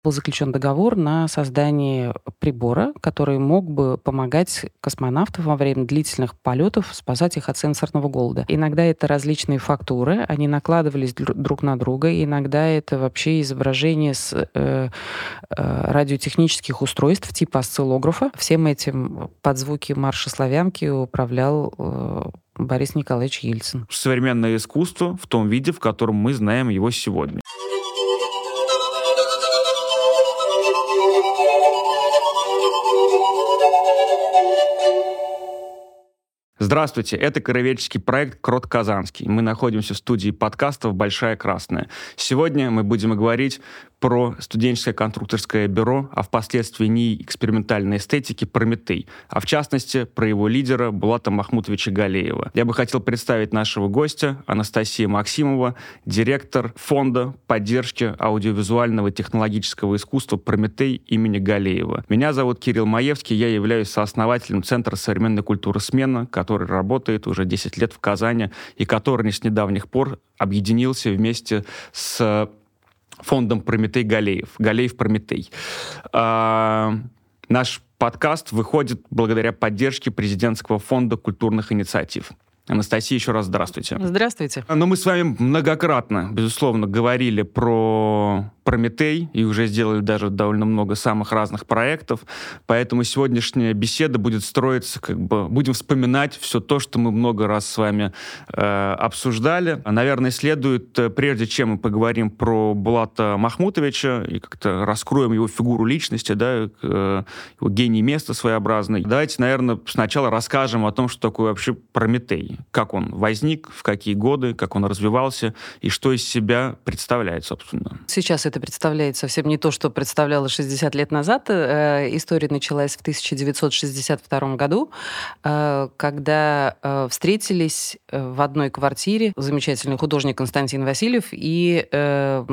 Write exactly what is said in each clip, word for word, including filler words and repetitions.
был заключен договор на создание прибора, который мог бы помогать космонавтам во время длительных полетов, спасать их от сенсорного голода. Иногда это различные фактуры, они накладывались дру- друг на друга, иногда это вообще изображение с э, э, радиотехнических устройств типа осциллографа. Всем этим под звуки марша славянки управлял э, Борис Николаевич Ельцин. Современное искусство в том виде, в котором мы знаем его сегодня. Здравствуйте, это краеведческий проект «Крот Казанский». Мы находимся в студии подкастов «Большая Красная». Сегодня мы будем говорить про студенческое конструкторское бюро, а впоследствии НИИ экспериментальной эстетики «Прометей», а в частности про его лидера Булата Махмутовича Галеева. Я бы хотел представить нашего гостя Анастасия Максимова, директор фонда поддержки аудиовизуального и технологического искусства «Прометей» имени Галеева. Меня зовут Кирилл Маевский, я являюсь сооснователем Центра современной культуры «Смена», который работает уже десять лет в Казани и который с недавних пор объединился вместе с фондом «Прометей Галеев». Галеев «Прометей». А, наш подкаст выходит благодаря поддержке президентского фонда культурных инициатив. Анастасия, еще раз здравствуйте. Здравствуйте. Но мы с вами многократно, безусловно, говорили про «Прометей» и уже сделали даже довольно много самых разных проектов, поэтому сегодняшняя беседа будет строиться, как бы, будем вспоминать все то, что мы много раз с вами э, обсуждали. Наверное, следует, прежде чем мы поговорим про Булата Махмутовича и как-то раскроем его фигуру личности, да, э, его гений места своеобразный, давайте, наверное, сначала расскажем о том, что такое вообще «Прометей», как он возник, в какие годы, как он развивался и что из себя представляет, собственно. Сейчас это представляет совсем не то, что представляло шестьдесят лет назад. Э, история началась в тысяча девятьсот шестьдесят втором году, э, когда э, встретились э, в одной квартире замечательный художник Константин Васильев и э,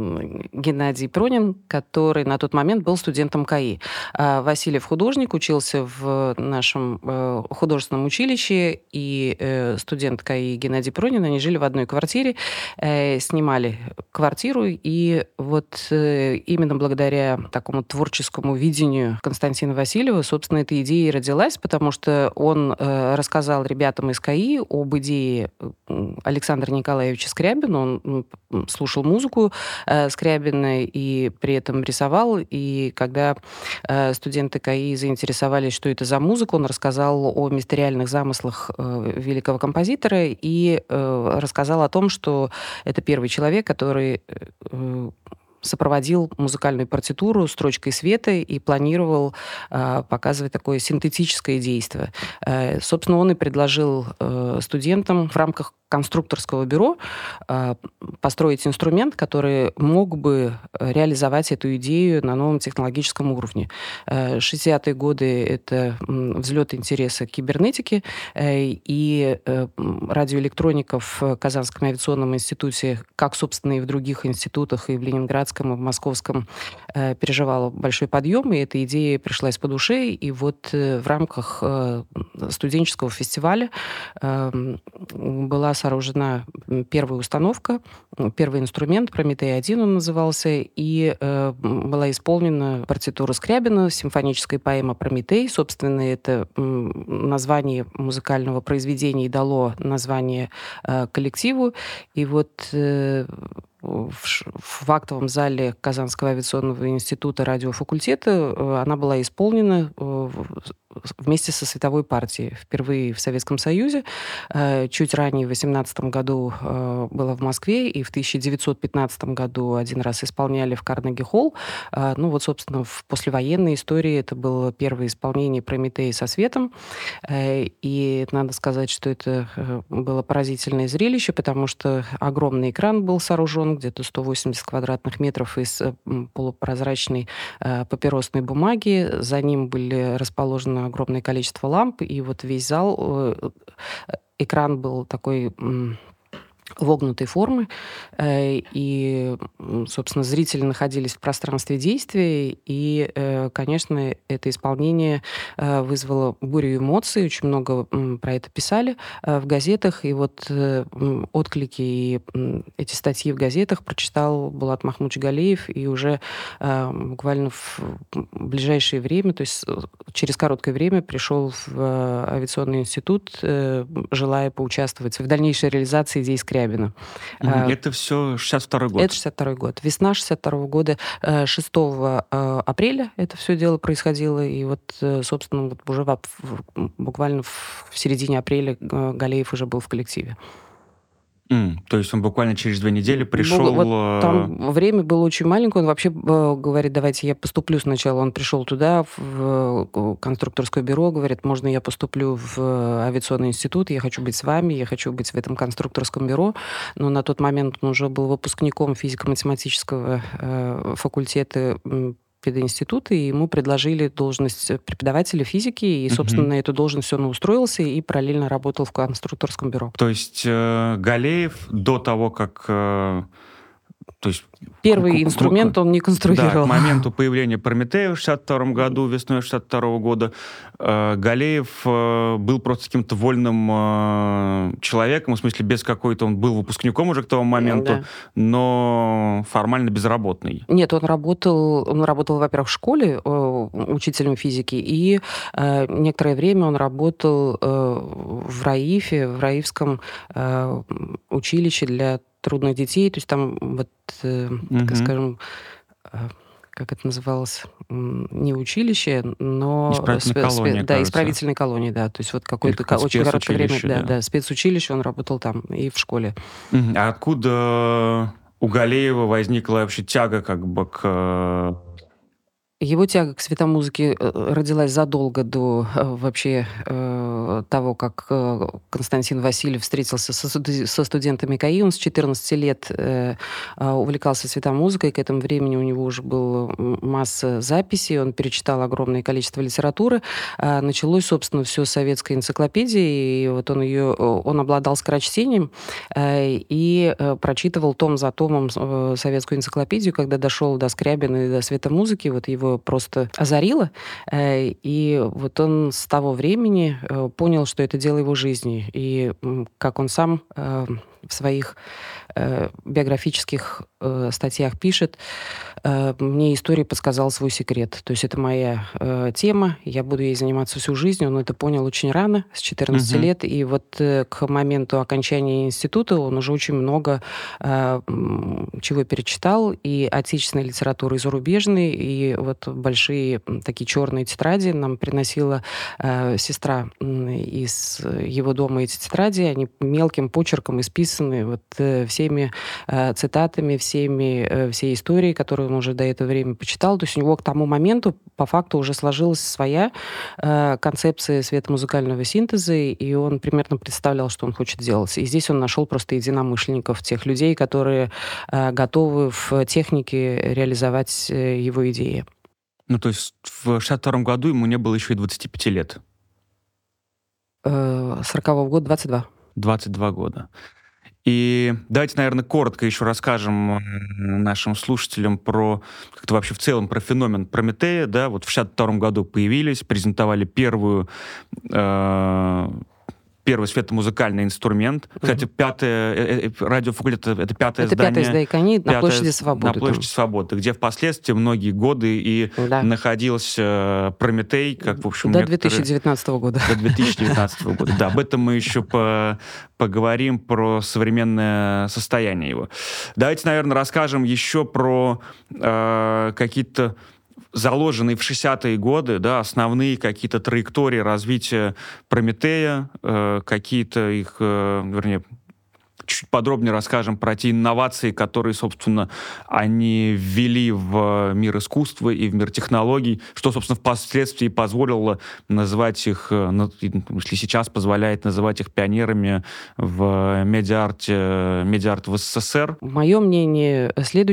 Геннадий Пронин, который на тот момент был студентом КАИ. Э, Васильев художник, учился в нашем э, художественном училище, и э, студент КАИ Геннадий Пронин, они жили в одной квартире, э, снимали квартиру, и вот э, именно благодаря такому творческому видению Константина Васильева, собственно, эта идея и родилась, потому что он э, рассказал ребятам из КАИ об идее Александра Николаевича Скрябина. Он м, слушал музыку э, Скрябина и при этом рисовал. И когда э, студенты КАИ заинтересовались, что это за музыка, он рассказал о мистериальных замыслах э, великого композитора и э, рассказал о том, что это первый человек, который э, сопроводил музыкальную партитуру строчкой света и планировал э, показывать такое синтетическое действие. Э, собственно, он и предложил э, студентам в рамках конструкторского бюро э, построить инструмент, который мог бы реализовать эту идею на новом технологическом уровне. Э, шестидесятые годы — это м, взлет интереса к кибернетике, э, и э, радиоэлектроников в Казанском авиационном институте, как, собственно, и в других институтах, и в Ленинградском, и в Московском, э, переживала большой подъем, и эта идея пришлась по душе. И вот э, в рамках э, студенческого фестиваля э, была сооружена первая установка, первый инструмент, «Прометей-один» он назывался, и э, была исполнена партитура Скрябина, симфоническая поэма «Прометей». Собственно, это э, название музыкального произведения и дало название э, коллективу. И вот э, в, в актовом зале Казанского авиационного института радиофакультета она была исполнена вместе со световой партией. Впервые в Советском Союзе. Чуть ранее, в восемнадцатом году, было в Москве, и в тысяча девятьсот пятнадцатом году один раз исполняли в Карнеги-холл. Ну вот, собственно, в послевоенной истории это было первое исполнение «Прометея» со светом. И надо сказать, что это было поразительное зрелище, потому что огромный экран был сооружен, где-то сто восемьдесят квадратных метров из полупрозрачной папиросной бумаги. За ним были расположены огромное количество ламп, и вот весь зал, экран был такой вогнутой формы, и, собственно, зрители находились в пространстве действия, и, конечно, это исполнение вызвало бурю эмоций, очень много про это писали в газетах, и вот отклики и эти статьи в газетах прочитал Булат Махмудж-Галиев, и уже буквально в ближайшее время, то есть через короткое время пришел в авиационный институт, желая поучаствовать в дальнейшей реализации идей Скрябина. Это все шестьдесят второй год? Это шестьдесят второй год. Весна шестьдесят второго года. шестого апреля это все дело происходило. И вот, собственно, вот уже в, буквально в середине апреля Галеев уже был в коллективе. Mm, то есть он буквально через две недели пришел... Вот там время было очень маленькое. Он вообще говорит, давайте я поступлю сначала. Он пришел туда, в конструкторское бюро, говорит, можно я поступлю в авиационный институт, я хочу быть с вами, я хочу быть в этом конструкторском бюро. Но на тот момент он уже был выпускником физико-математического факультета пединститута, и ему предложили должность преподавателя физики, и, собственно, uh-huh. на эту должность он устроился и параллельно работал в конструкторском бюро. То есть э, Галеев до того, как... Э, то есть, Первый к, инструмент к, он не конструировал. Да, к моменту появления Прометея в шестьдесят втором году, весной шестьдесят второго года, э, Галеев э, был просто каким-то вольным э, человеком, в смысле, без какой-то... Он был выпускником уже к тому моменту, да. но формально безработный. Нет, он работал, он работал, во-первых, в школе э, учителем физики, и э, некоторое время он работал э, в РАИФе, в Раифском э, училище для трудных детей, то есть там, вот, э, угу. так скажем, э, как это называлось, не училище, но... Исправительная спе- колония, спе- Да, исправительной колонии, да. То есть вот какое-то ко- очень короткое время... Да, да. да, спецучилище, он работал там и в школе. Угу. А откуда у Галеева возникла вообще тяга как бы к... Его тяга к светомузыке родилась задолго до вообще э, того, как э, Константин Васильев встретился со, со студентами КАИ. Он с четырнадцати лет э, увлекался светомузыкой. К этому времени у него уже была масса записей. Он перечитал огромное количество литературы. Э, началось, собственно, все с советской энциклопедии. И вот он ее, он обладал скорочтением э, и э, прочитывал том за томом э, советскую энциклопедию. Когда дошел до Скрябина и до светомузыки, вот его просто озарило, и вот он с того времени понял, что это дело его жизни. И как он сам в своих биографических статьях пишет, мне история подсказала свой секрет. То есть это моя тема, я буду ей заниматься всю жизнь. Он это понял очень рано, с четырнадцати uh-huh. лет, и вот к моменту окончания института он уже очень много чего перечитал, и отечественной литературы, и зарубежной, и вот большие такие черные тетради нам приносила сестра из его дома эти тетради, они мелким почерком исписаны вот всеми цитатами, всеми, всей историей, которую он уже до этого времени почитал. То есть у него к тому моменту по факту уже сложилась своя э, концепция светомузыкального синтеза, и он примерно представлял, что он хочет делать. И здесь он нашел просто единомышленников, тех людей, которые э, готовы в технике реализовать э, его идеи. Ну, то есть в шестьдесят втором году ему не было еще и двадцати пяти лет? сорокового года двадцать два. двадцать два года. И давайте, наверное, коротко еще расскажем нашим слушателям про, как-то вообще в целом, про феномен Прометея. Да? Вот в шестьдесят втором году появились, презентовали первую... Э- Первый светомузыкальный инструмент. Кстати, uh-huh. пятое, радиофакультет, это пятое это здание. Это пятое здание на площади Свободы. На площади там. Свободы, где впоследствии многие годы и да. находился Прометей, как, в общем, до некоторые... две тысячи девятнадцатого года. До две тысячи девятнадцатого года, да. Об этом мы еще по... поговорим, про современное состояние его. Давайте, наверное, расскажем еще про э, какие-то заложенные в шестидесятые годы, да, основные какие-то траектории развития Прометея, э, какие-то их, э, вернее, чуть подробнее расскажем про те инновации, которые, собственно, они ввели в мир искусства и в мир технологий, что, собственно, впоследствии позволило называть их, если сейчас позволяет называть их пионерами в медиа-арте, медиа-арт в СССР. Мое мнение следующее.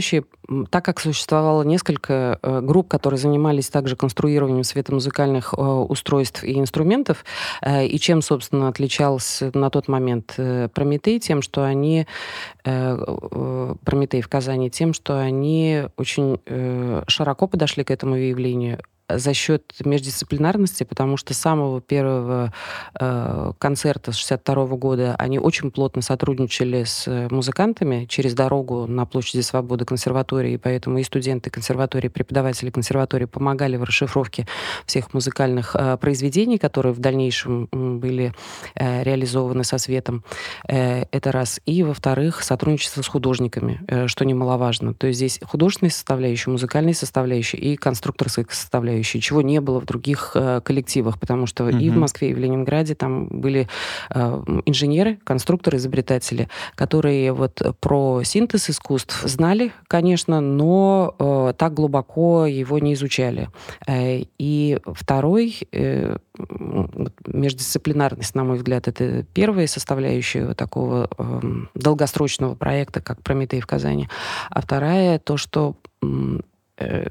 так как существовало несколько э, групп, которые занимались также конструированием светомузыкальных э, устройств и инструментов, э, и чем, собственно, отличался на тот момент э, Прометей, тем, что они, э, э, Прометей в Казани, тем, что они очень э, широко подошли к этому явлению за счет междисциплинарности, потому что с самого первого э, концерта с шестьдесят второго года они очень плотно сотрудничали с музыкантами через дорогу на площади Свободы консерватории, и поэтому и студенты консерватории, и преподаватели консерватории помогали в расшифровке всех музыкальных э, произведений, которые в дальнейшем м, были э, реализованы со светом. Э, это раз. И, во-вторых, сотрудничество с художниками, э, что немаловажно. То есть здесь художественная составляющая, музыкальная составляющая и конструкторская составляющая, чего не было в других э, коллективах, потому что mm-hmm. и в Москве, и в Ленинграде там были э, инженеры, конструкторы, изобретатели, которые вот про синтез искусств знали, конечно, но э, так глубоко его не изучали. Э, и второй, э, междисциплинарность, на мой взгляд, это первая составляющая такого э, долгосрочного проекта, как «Прометей» в Казани. А вторая, то, что э,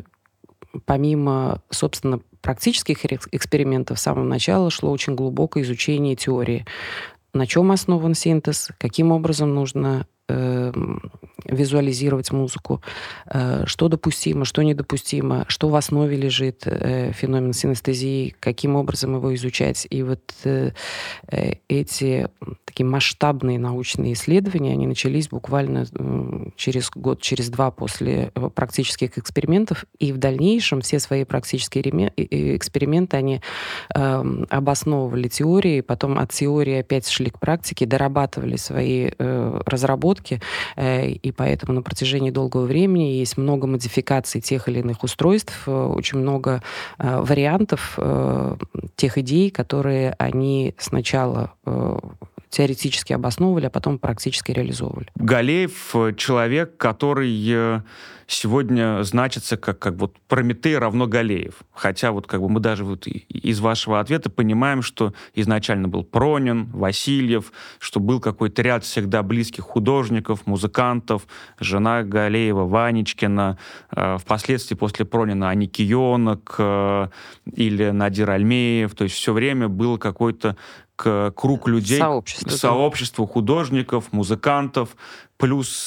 помимо, собственно, практических экспериментов, с самого начала шло очень глубокое изучение теории. На чем основан синтез, каким образом нужно э, визуализировать музыку, э, что допустимо, что недопустимо, что в основе лежит э, феномен синестезии, каким образом его изучать. И вот э, э, эти такие масштабные научные исследования, они начались буквально э, через год, через два после практических экспериментов, и в дальнейшем все свои практические реме- эксперименты они э, обосновывали теорией, потом от теории опять шли к практике, дорабатывали свои э, разработки, э, и поэтому на протяжении долгого времени есть много модификаций тех или иных устройств, э, очень много э, вариантов э, тех идей, которые они сначала э, теоретически обосновывали, а потом практически реализовывали. Галеев — человек, который сегодня значится как, как вот Прометей равно Галеев. Хотя вот как бы мы даже вот из вашего ответа понимаем, что изначально был Пронин, Васильев, что был какой-то ряд всегда близких художников, музыкантов, жена Галеева, Ванечкина, э, впоследствии после Пронина Аникионок э, или Надир Альмеев. То есть все время был какой-то к круг людей, сообщество, к сообществу да. художников, музыкантов, плюс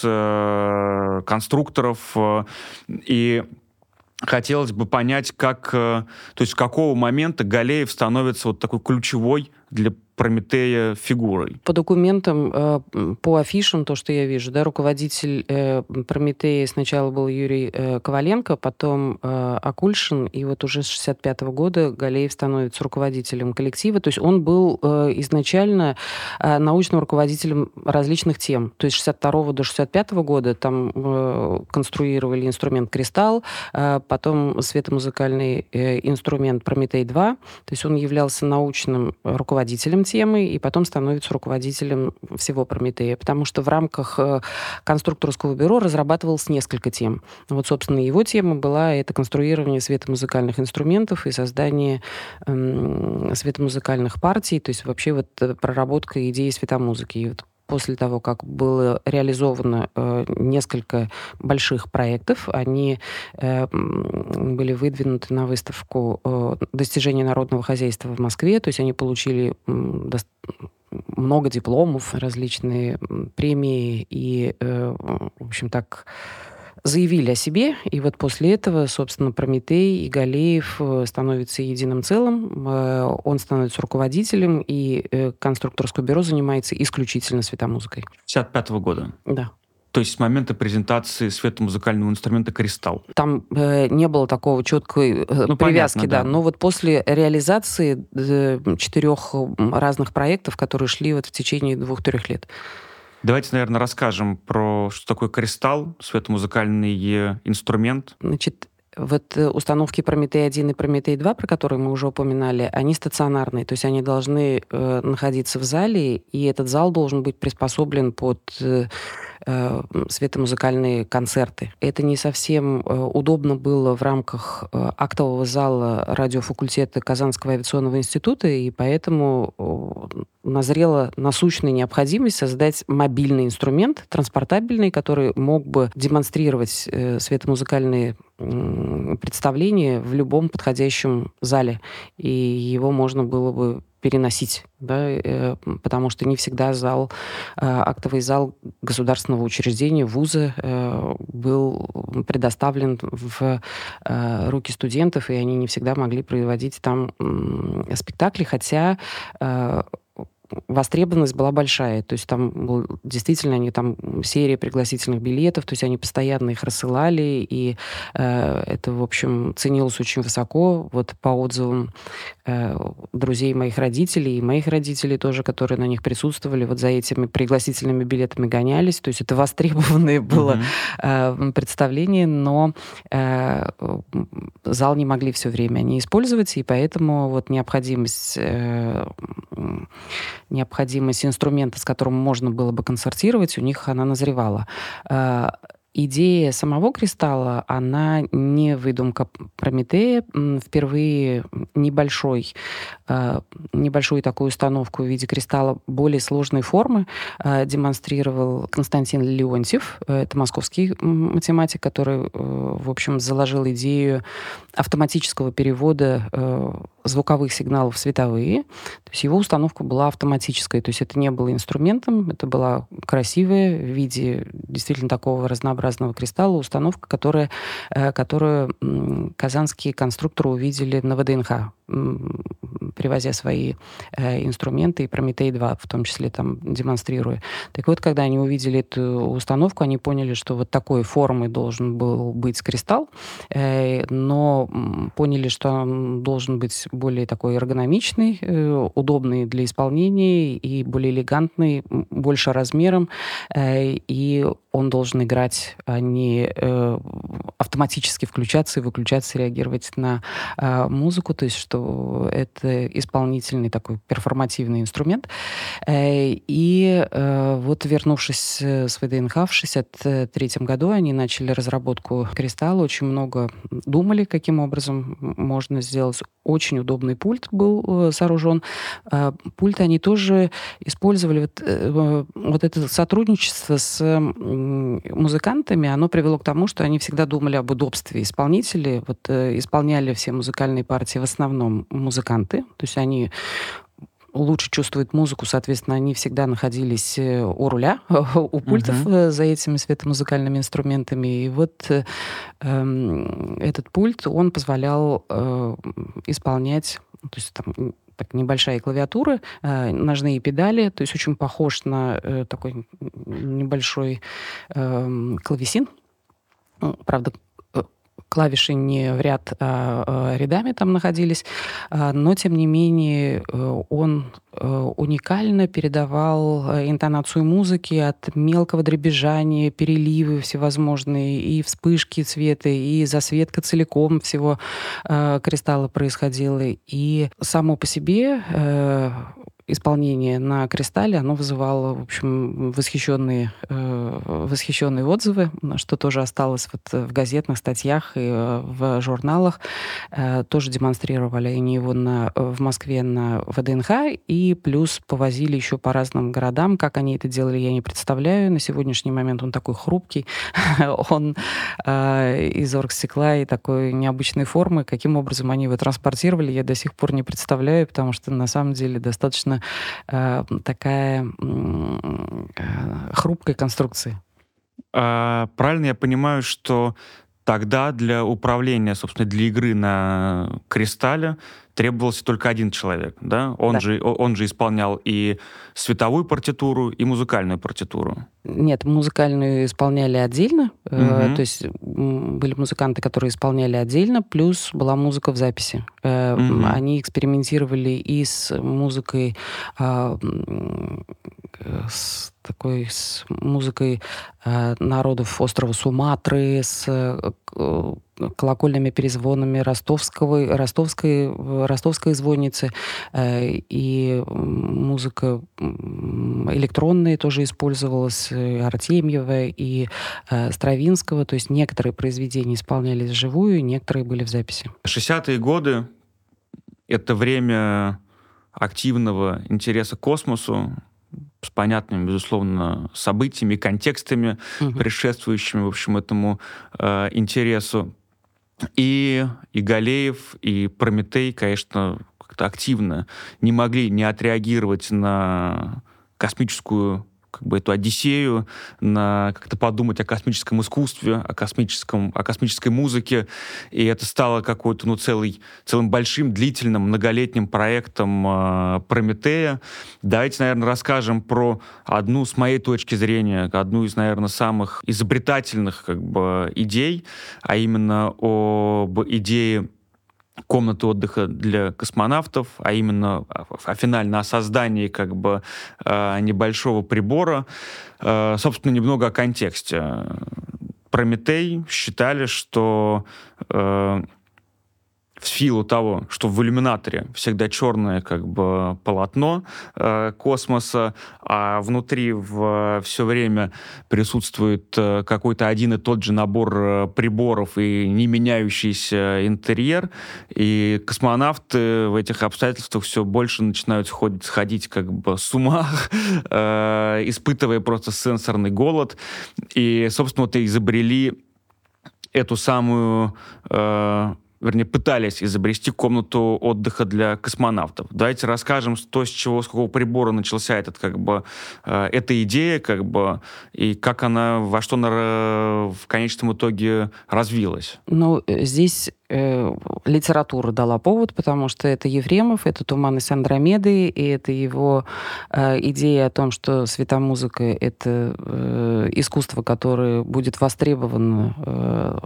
э, конструкторов. Э, и хотелось бы понять, как, э, то есть с какого момента Галеев становится вот такой ключевой для Прометея фигурой. По документам, э, по афишам, то, что я вижу, да, руководитель э, Прометея сначала был Юрий э, Коваленко, потом э, Акульшин, и вот уже с шестьдесят пятого года Галеев становится руководителем коллектива. То есть он был э, изначально э, научным руководителем различных тем. То есть с шестьдесят второго до шестьдесят пятого года там э, конструировали инструмент «Кристалл», э, потом светомузыкальный э, инструмент «Прометей-два». То есть он являлся научным руководителем темы, и потом становится руководителем всего Прометея, потому что в рамках конструкторского бюро разрабатывалось несколько тем. Вот, собственно, его тема была это конструирование светомузыкальных инструментов и создание э, светомузыкальных партий, то есть вообще вот проработка идеи светомузыки. И вот после того, как было реализовано э, несколько больших проектов, они э, были выдвинуты на выставку э, «Достижения народного хозяйства» в Москве, то есть они получили э, до... много дипломов, различные премии и, э, в общем, так заявили о себе, и вот после этого, собственно, Прометей и Галеев становятся единым целым, он становится руководителем, и конструкторское бюро занимается исключительно светомузыкой. шестьдесят пятого года? Да. То есть с момента презентации светомузыкального инструмента «Кристалл». Там э, не было такого четкой э, ну, привязки, понятно, да. да. Но вот после реализации э, четырех разных проектов, которые шли вот в течение двух-трех лет. Давайте, наверное, расскажем про что такое «Кристалл», светомузыкальный инструмент. Значит, вот установки Прометей-один и Прометей-два, про которые мы уже упоминали, они стационарные, то есть они должны э, находиться в зале, и этот зал должен быть приспособлен под э, э, светомузыкальные концерты. Это не совсем э, удобно было в рамках э, актового зала радиофакультета Казанского авиационного института, и поэтому э, назрела насущная необходимость создать мобильный инструмент, транспортабельный, который мог бы демонстрировать э, светомузыкальные э, представления в любом подходящем зале. И его можно было бы переносить, да, э, потому что не всегда зал, э, актовый зал государственного учреждения, вуза э, был предоставлен в э, руки студентов, и они не всегда могли проводить там м, спектакли, хотя э, востребованность была большая. То есть там был, действительно они там серия пригласительных билетов, то есть они постоянно их рассылали, и э, это, в общем, ценилось очень высоко. Вот по отзывам э, друзей моих родителей и моих родителей тоже, которые на них присутствовали, вот за этими пригласительными билетами гонялись. То есть это востребованное было э, представление, но э, зал не могли все время они использовать, и поэтому вот необходимость э, необходимость инструмента, с которым можно было бы концертировать, у них она назревала. Э, Идея самого кристалла, она не выдумка Прометея. М, Впервые небольшой, э, небольшую такую установку в виде кристалла более сложной формы э, демонстрировал Константин Леонтьев. Э, Это московский м, математик, который, э, в общем, заложил идею автоматического перевода э, звуковых сигналов в световые. То есть его установка была автоматической. То есть это не было инструментом, это была красивая в виде действительно такого разнообразного кристалла установка, которая, э, которую м, казанские конструкторы увидели на ВДНХ, м, привозя свои э, инструменты, и Прометей-два в том числе там демонстрируя. Так вот, когда они увидели эту установку, они поняли, что вот такой формы должен был быть кристалл, э, но м, поняли, что он должен быть более такой эргономичный, э, удобный для исполнения и более элегантный, м, больше размером, э, и он должен играть, а не э, автоматически включаться и выключаться, реагировать на э, музыку, то есть что это исполнительный такой перформативный инструмент. Э, и э, вот вернувшись с ВДНХ в шестьдесят третьем году, они начали разработку кристалла, очень много думали, каким образом можно сделать. Очень удобный пульт был э, сооружен. Э, пульт они тоже использовали. Вот, э, вот это сотрудничество с м, музыкантами, оно привело к тому, что они всегда думали об удобстве исполнителей. Вот э, исполняли все музыкальные партии в основном музыканты. То есть они лучше чувствуют музыку, соответственно, они всегда находились э, у руля, у пультов Мгм. э, за этими светомузыкальными инструментами. И вот э, эм, этот пульт, он позволял э, исполнять, то есть там м, так, небольшая клавиатура, э, ножные педали, то есть очень похож на э, такой м, небольшой эм, клавесин. Ну, правда, э, клавиши не в ряд, а, а рядами там находились, а, но тем не менее э, он э, уникально передавал э, интонацию музыки от мелкого дребезжания, переливы всевозможные, и вспышки цвета, и засветка целиком всего э, кристалла происходила. И само по себе э, исполнение на кристалле, оно вызывало, в общем, восхищенные, э, восхищенные отзывы, что тоже осталось вот в газетных статьях и э, в журналах. Э, тоже демонстрировали они его на, в Москве на ВДНХ, и плюс повозили еще по разным городам. Как они это делали, я не представляю. На сегодняшний момент он такой хрупкий, он э, из оргстекла и такой необычной формы. Каким образом они его транспортировали, я до сих пор не представляю, потому что на самом деле достаточно э, такая м, э, хрупкая конструкция. А, правильно я понимаю, что тогда для управления, собственно, для игры на кристалле требовался только один человек, да? Он Да. же, о- он же исполнял и световую партитуру, и музыкальную партитуру. Нет, музыкальную исполняли отдельно. э, То Мгм. есть м, были музыканты, которые исполняли отдельно, плюс была музыка в записи. Э, м, Мгм. Они экспериментировали и с музыкой, а, м, э, с такой с музыкой э, народов острова Суматры, с э, к- колокольными перезвонами ростовского, ростовской, ростовской звонницы, и музыка электронная тоже использовалась, Артемьева и Стравинского, то есть некоторые произведения исполнялись вживую, некоторые были в записи. шестидесятые годы — это время активного интереса к космосу, с понятными, безусловно, событиями, контекстами, угу. предшествующими, в общем, этому э, интересу. И, и Галеев, и Прометей, конечно, как-то активно не могли не отреагировать на космическую, как бы, эту одиссею, на как-то подумать о космическом искусстве, о, космическом, о космической музыке. И это стало какой-то, ну, целый, целым большим, длительным, многолетним проектом э, Прометея. Давайте, наверное, расскажем про одну, с моей точки зрения, одну из, наверное, самых изобретательных, как бы, идей, а именно об идее комнаты отдыха для космонавтов, а именно а финально о создании, как бы, небольшого прибора. Собственно, немного о контексте. Прометей считали, что в силу того, что в иллюминаторе всегда черное, как бы, полотно э, космоса, а внутри в, все время присутствует э, какой-то один и тот же набор э, приборов и не меняющийся интерьер, и космонавты в этих обстоятельствах все больше начинают сходить, сходить как бы с ума, э, испытывая просто сенсорный голод. И, собственно, вот и изобрели эту самую... Э, вернее, пытались изобрести комнату отдыха для космонавтов. Давайте расскажем, то, с чего, с какого прибора начался этот, как бы, э, эта идея, как бы, и как она, во что она в конечном итоге развилась. Ну, здесь э, литература дала повод, потому что это Ефремов, это «Туманность Андромеды», и это его э, идея о том, что светомузыка — это э, искусство, которое будет востребовано э,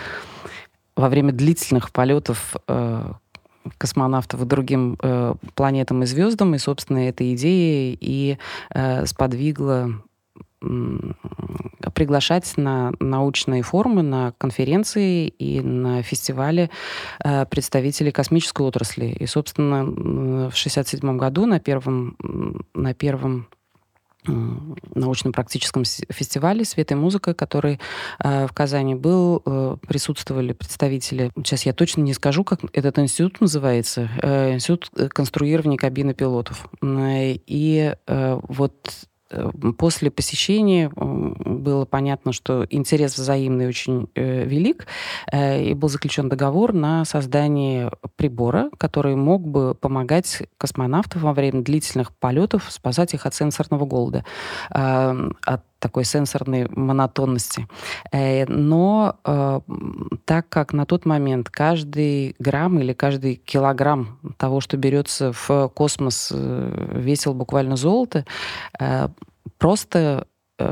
во время длительных полетов э, космонавтов к другим э, планетам и звездам. И, собственно, эта идея и э, сподвигла э, приглашать на научные форумы, на конференции и на фестивали э, представителей космической отрасли. И, собственно, в шестьдесят седьмом году на первом, на первом научно-практическом фестивале «Свет и музыка», который э, в Казани был, э, присутствовали представители, сейчас я точно не скажу, как этот институт называется, э, институт конструирования кабины пилотов. И э, вот после посещения было понятно, что интерес взаимный очень э, велик, э, и был заключен договор на создание прибора, который мог бы помогать космонавтам во время длительных полетов, спасать их от сенсорного голода, э, от такой сенсорной монотонности. Э, но э, так как на тот момент каждый грамм или каждый килограмм того, что берется в космос, э, весил буквально золото, э, просто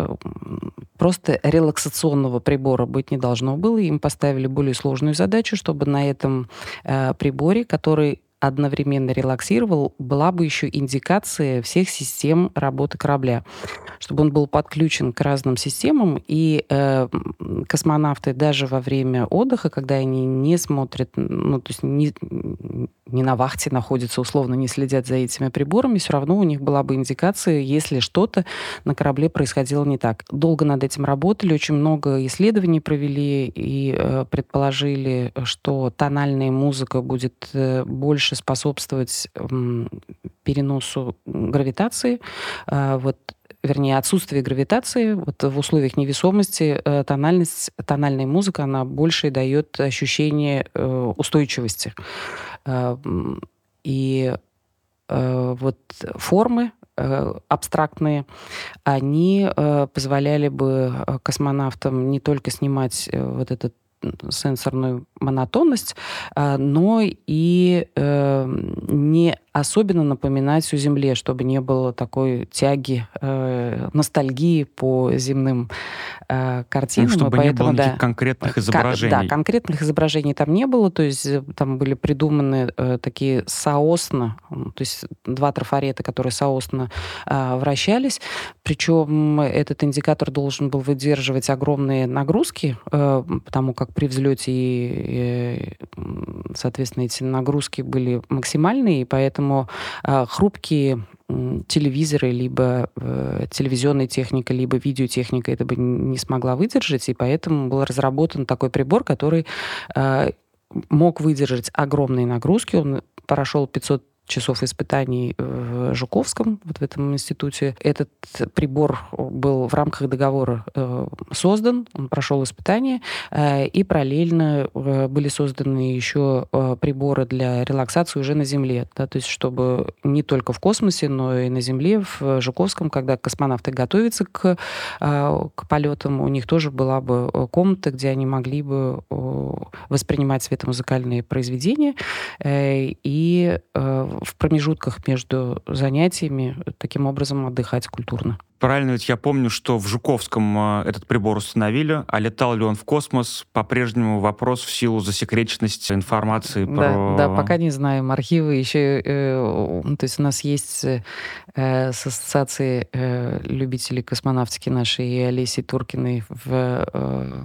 Просто релаксационного прибора быть не должно было. Им поставили более сложную задачу, чтобы на этом э, приборе, который одновременно релаксировал, была бы еще индикация всех систем работы корабля, чтобы он был подключен к разным системам, и э, космонавты даже во время отдыха, когда они не смотрят, ну, то есть не, не на вахте находятся, условно, не следят за этими приборами, все равно у них была бы индикация, если что-то на корабле происходило не так. Долго над этим работали, очень много исследований провели и э, предположили, что тональная музыка будет э, больше способствовать э, переносу гравитации. Э, вот вернее, отсутствие гравитации, вот в условиях невесомости э, тональность, тональная музыка, она больше дает ощущение э, устойчивости. Э, и э, вот формы э, абстрактные, они э, позволяли бы космонавтам не только снимать э, вот этот сенсорную монотонность, но и э, не особенно напоминать о Земле, чтобы не было такой тяги, э, ностальгии по земным э, картинам. Ну, чтобы поэтому, не было никаких да, конкретных изображений. Да, конкретных изображений там не было, то есть там были придуманы э, такие соосно, то есть два трафарета, которые соосно э, вращались, причем этот индикатор должен был выдерживать огромные нагрузки, э, потому как при взлете, и, соответственно, эти нагрузки были максимальные, и поэтому хрупкие телевизоры, либо э, телевизионная техника, либо видеотехника это бы не смогла выдержать, и поэтому был разработан такой прибор, который э, мог выдержать огромные нагрузки. Он прошел пятьсот часов испытаний в Жуковском, вот в этом институте. Этот прибор был в рамках договора э, создан, он прошел испытания, э, и параллельно э, были созданы еще э, приборы для релаксации уже на Земле, да, то есть чтобы не только в космосе, но и на Земле, в Жуковском, когда космонавты готовятся к, э, к полетам, у них тоже была бы комната, где они могли бы э, воспринимать светомузыкальные произведения, э, и э, в промежутках между занятиями таким образом отдыхать культурно. Правильно, ведь я помню, что в Жуковском этот прибор установили, а летал ли он в космос, по-прежнему вопрос в силу засекреченности информации Да, про... да, пока не знаем. Архивы еще... Э, то есть у нас есть э, с ассоциацией э, любителей космонавтики нашей и Олеси Туркиной в... Э,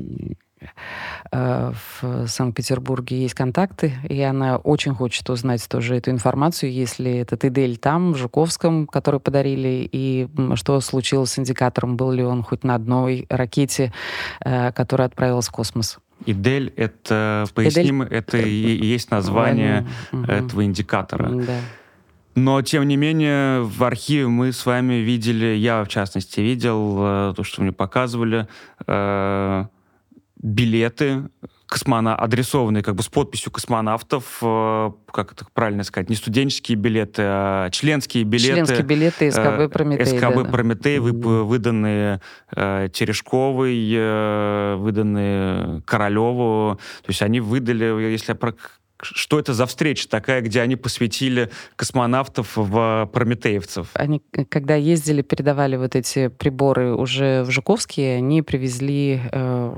в Санкт-Петербурге есть контакты, и она очень хочет узнать тоже эту информацию, если этот Идель там, в Жуковском, который подарили, и что случилось с индикатором, был ли он хоть на одной ракете, которая отправилась в космос. Идель, это, поясним, Идель... это и есть название угу. этого индикатора. Да. Но, тем не менее, в архиве мы с вами видели, я, в частности, видел то, что мне показывали, билеты космона... адресованные как бы с подписью космонавтов, э, как это правильно сказать, не студенческие билеты, а членские билеты. Членские билеты СКБ «Прометей». Э, СКБ да, «Прометей», да. вы, выданные э, Терешковой, э, выданные Королеву. То есть они выдали, если я про... Что это за встреча такая, где они посвятили космонавтов в прометеевцев? Они, когда ездили, передавали вот эти приборы уже в Жуковский, они привезли э,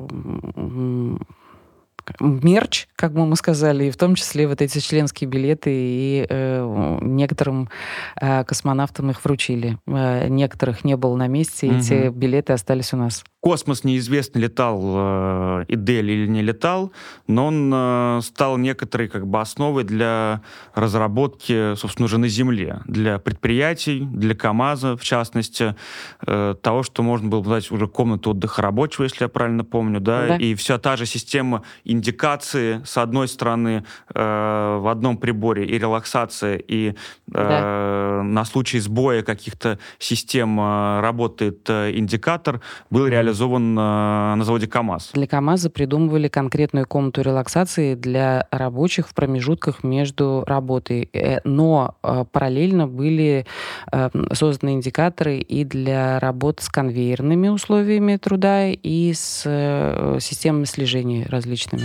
мерч, как бы мы сказали, и в том числе вот эти членские билеты, и э, некоторым э, космонавтам их вручили. Э, некоторых не было на месте, и угу. эти билеты остались у нас. Космос неизвестно, летал э, Идель или не летал, но он э, стал некоторой как бы основой для разработки, собственно, уже на Земле, для предприятий, для КАМАЗа, в частности, э, того, что можно было назвать уже комнату отдыха рабочего, если я правильно помню, да, да. И вся та же система индикации, с одной стороны, э, в одном приборе и релаксация, и э, да. на случай сбоя каких-то систем э, работает э, индикатор, был реализован реализован на заводе КАМАЗ. Для КАМАЗа придумывали конкретную комнату релаксации для рабочих в промежутках между работой. Но параллельно были созданы индикаторы и для работ с конвейерными условиями труда, и с системами слежения различными.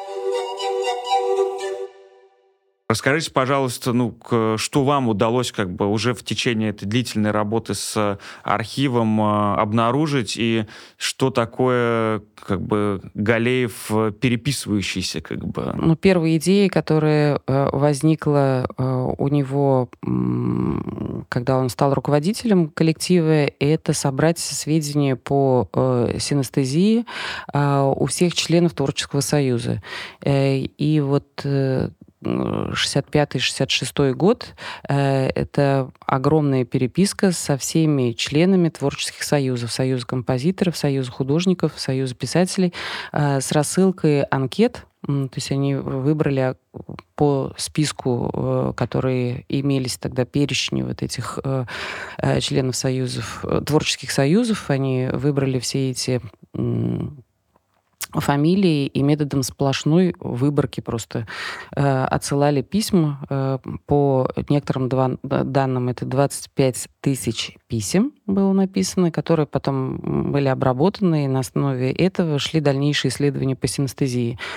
Расскажите, пожалуйста, ну, что вам удалось как бы уже в течение этой длительной работы с архивом обнаружить, и что такое как бы Галеев переписывающийся как бы? Ну, первая идея, которая возникла у него, когда он стал руководителем коллектива, это собрать сведения по синестезии у всех членов Творческого союза. И вот шестьдесят пятый — шестьдесят шестой год э, это огромная переписка со всеми членами творческих союзов, Союза композиторов, Союза художников, Союза писателей, э, с рассылкой анкет. То есть они выбрали по списку, э, которые имелись тогда, перечни вот этих э, э, членов союзов, э, творческих союзов, они выбрали все эти э, фамилии, и методом сплошной выборки просто э, отсылали письма. Э, по некоторым два, данным это двадцать пять тысяч писем было написано, которые потом были обработаны, и на основе этого шли дальнейшие исследования по синестезии. То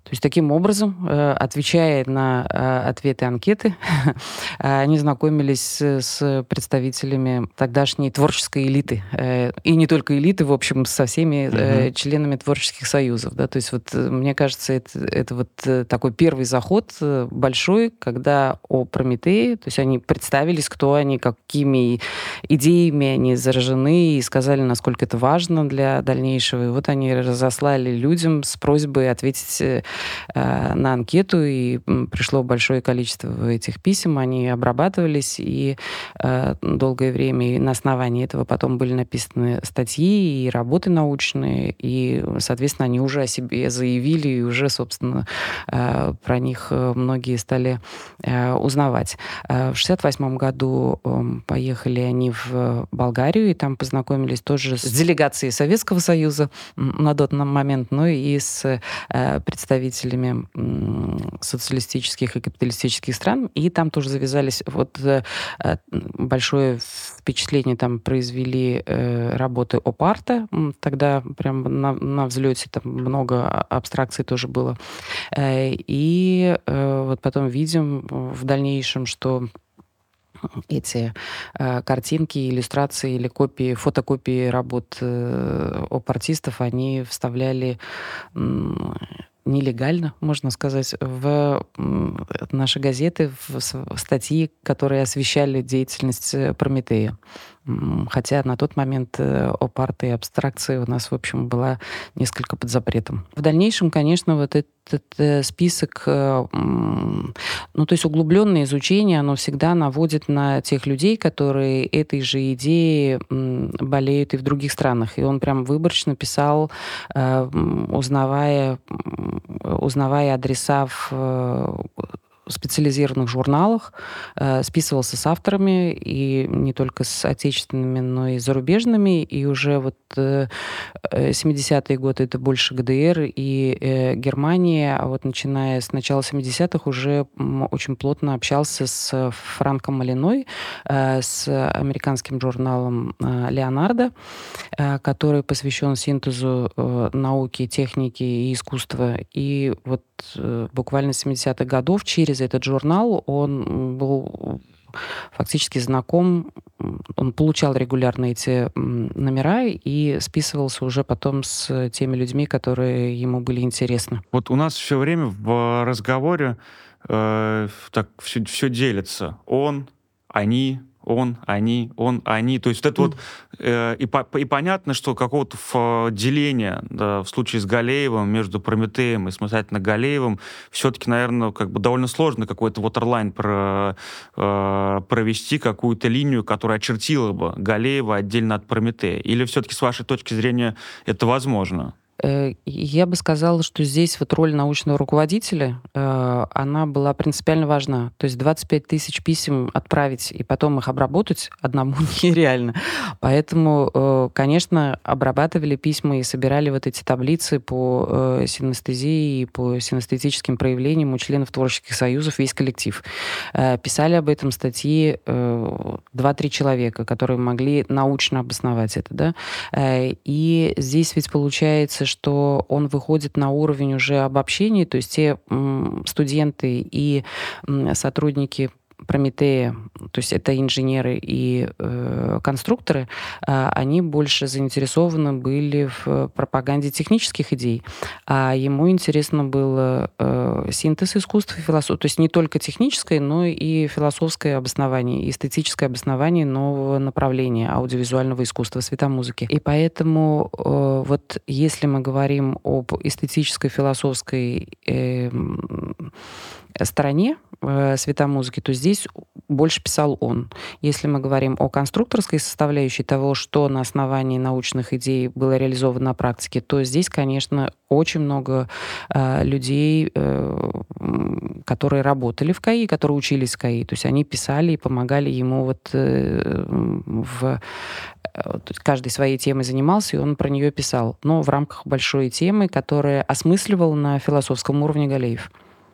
То есть таким образом, э, отвечая на э, ответы анкеты, они знакомились с, с представителями тогдашней творческой элиты. Э, и не только элиты, в общем, со всеми э, Мгм. членами творческих союзов. Да? То есть вот э, мне кажется, это, это вот э, такой первый заход э, большой, когда о Прометее, то есть они представились, кто они, какими идеями они заражены, и сказали, насколько это важно для дальнейшего. И вот они разослали людям с просьбой ответить э, на анкету, и м, пришло большое количество этих писем, они обрабатывались, и э, долгое время и на основании этого потом были написаны статьи и работы научные, и, соответственно, они уже о себе заявили, и уже, собственно, э, про них э, многие стали э, узнавать. Э, В шестьдесят восьмом году э, поехали они в Болгарию, и там познакомились тоже с делегацией Советского Союза м, на тот момент, ну и с э, представителями м, социалистических и капиталистических стран, и там тоже завязались вот э, э, большое впечатление там произвели э, работы Опарта, м, тогда прям на, на взлете там много а- абстракций тоже было. Э, и э, вот потом видим в дальнейшем, что эти э, картинки, иллюстрации или копии, фотокопии работ э, оп-артистов, они вставляли м, нелегально, можно сказать, в м, наши газеты, в, с- в статьи, которые освещали деятельность э, Прометея. М, Хотя на тот момент э, оп-арт и абстракция у нас, в общем, была несколько под запретом. В дальнейшем, конечно, вот этот э, список, э, м, ну, то есть углубленное изучение, оно всегда наводит на тех людей, которые этой же идеей м, болеют и в других странах. И он прям выборочно писал, э, м, узнавая, м, узнавая адреса в э, специализированных журналах, э, списывался с авторами, и не только с отечественными, но и зарубежными. И уже вот э, э, семидесятые годы это больше ГДР и э, Германия, а вот начиная с начала семидесятых уже м, очень плотно общался с Франком Малиной, э, с американским журналом э, «Леонардо», э, который посвящен синтезу э, науки, техники и искусства. И вот э, буквально с семидесятых годов через этот журнал он м, был фактически знаком, м, он получал регулярно эти м, номера и списывался уже потом с теми людьми, которые ему были интересны. Вот у нас все время в разговоре э, так все, делится. Он, они, он, они, он, они. То есть вот это вот э, и, по- и понятно, что какого-то ф- деления, да, в случае с Галеевым между Прометеем и самостоятельно Галеевым все-таки, наверное, как бы довольно сложно какой-то ватерлайн про, э, провести, какую-то линию, которая очертила бы Галеева отдельно от Прометея. Или все-таки с вашей точки зрения это возможно? Э, Я бы сказала, что здесь вот роль научного руководителя, э, она была принципиально важна. То есть двадцать пять тысяч писем отправить и потом их обработать одному нереально. Поэтому, э, конечно, обрабатывали письма и собирали вот эти таблицы по э, синестезии и по синестетическим проявлениям у членов творческих союзов весь коллектив. Э, Писали об этом статьи э, два-три человека, которые могли научно обосновать это, да. Э, И здесь ведь получается, что он выходит на уровень уже обобщений, то есть те м, студенты и м, сотрудники Прометея, то есть это инженеры и э, конструкторы, а, они больше заинтересованы были в пропаганде технических идей, а ему интересно было э, синтез искусств и философии, то есть не только техническое, но и философское обоснование, эстетическое обоснование нового направления аудиовизуального искусства, светомузыки. И поэтому э, вот если мы говорим об эстетической, философской э, м, стороне э, светомузыки, то здесь больше писал он. Если мы говорим о конструкторской составляющей того, что на основании научных идей было реализовано на практике, то здесь, конечно, очень много э, людей, э, м, которые работали в КАИ, которые учились в КАИ, то есть они писали и помогали ему вот э, в э, то есть каждый своей темой занимался, и он про нее писал, но в рамках большой темы, которая осмысливал на философском уровне Галеев.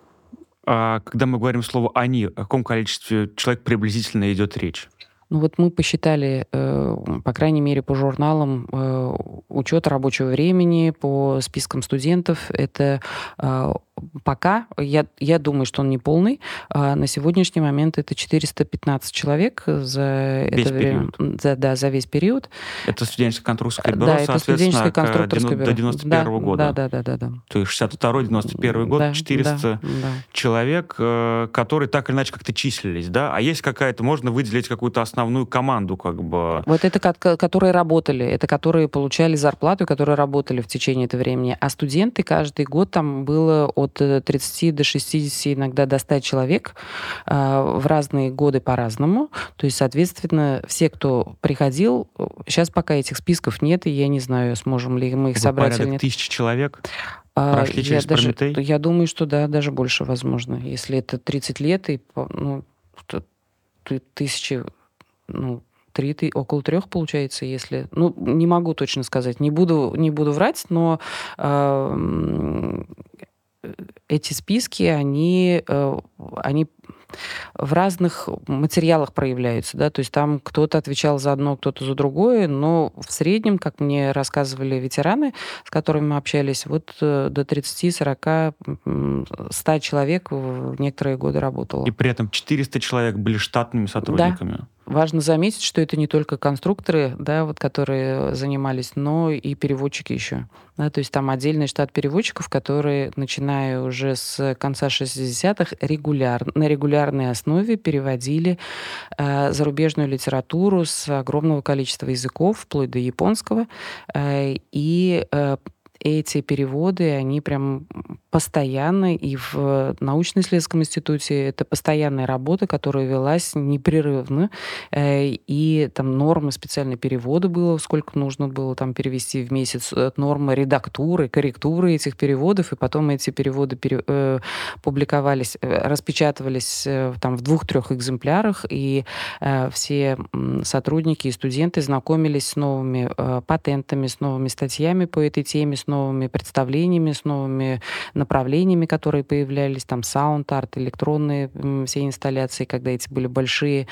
А когда мы говорим слово «они», о каком количестве человек приблизительно идет речь? Ну вот мы посчитали, э, по крайней мере, по журналам э, учета рабочего времени, по спискам студентов, это э, пока, я, я думаю, что он не полный. А на сегодняшний момент это четыреста пятнадцать человек за Весь это время, период. за, да, за весь период. Это студенческое конструкторское бюро, Да, это соответственно, студенческое к конструкторское девяно- до бюро. девяносто Да, первого да, года. да, да, да, да. То есть шестьдесят второй девяносто первый год, Да, четыреста да, да. человек, э, которые так или иначе как-то числились, да? А есть какая-то, можно выделить какую-то основную команду, как бы? Вот это ко- которые работали, это которые получали зарплату, которые работали в течение этого времени. А студенты каждый год там было от э, тридцати до шестидесяти, иногда до ста человек, э, в разные годы по-разному. То есть, соответственно, все, кто приходил, сейчас пока этих списков нет, и я не знаю, сможем ли мы их Какой собрать или порядок нет. тысячи человек А, прошли я через даже, Прометей? я думаю, что да, даже больше, возможно. Если это тридцать лет, и, по- ну, то ты- тысячи, ну, три, ты- около трех получается, если... Ну, не могу точно сказать, не буду, не буду врать, но а, м, э, эти списки, они, э, они в разных материалах проявляются, да, то есть там кто-то отвечал за одно, кто-то за другое, но в среднем, как мне рассказывали ветераны, с которыми мы общались, вот э, до тридцати, сорока, м, ста человек в некоторые годы И работало. при этом четыреста человек были штатными Да, сотрудниками. важно заметить, что это не только конструкторы, да, вот, которые занимались, но и переводчики еще. Да, то есть там отдельный штат переводчиков, которые, начиная уже с конца шестидесятых, регуляр, на регулярной основе переводили э, зарубежную литературу с огромного количества языков, вплоть до японского. Э, и э, эти переводы, они прям постоянно, и в научно-исследовательском институте это постоянная работа, которая велась непрерывно. Э, И там нормы специальные перевода было, сколько нужно было там перевести в месяц, э, нормы редактуры, корректуры этих переводов, и потом эти переводы пере- э, публиковались, э, распечатывались э, там в двух-трех экземплярах, и э, все м, сотрудники и студенты знакомились с новыми э, патентами, с новыми статьями по этой теме, с новыми представлениями, с новыми направлениями, которые появлялись, там саунд-арт, электронные м, все инсталляции, когда эти были большие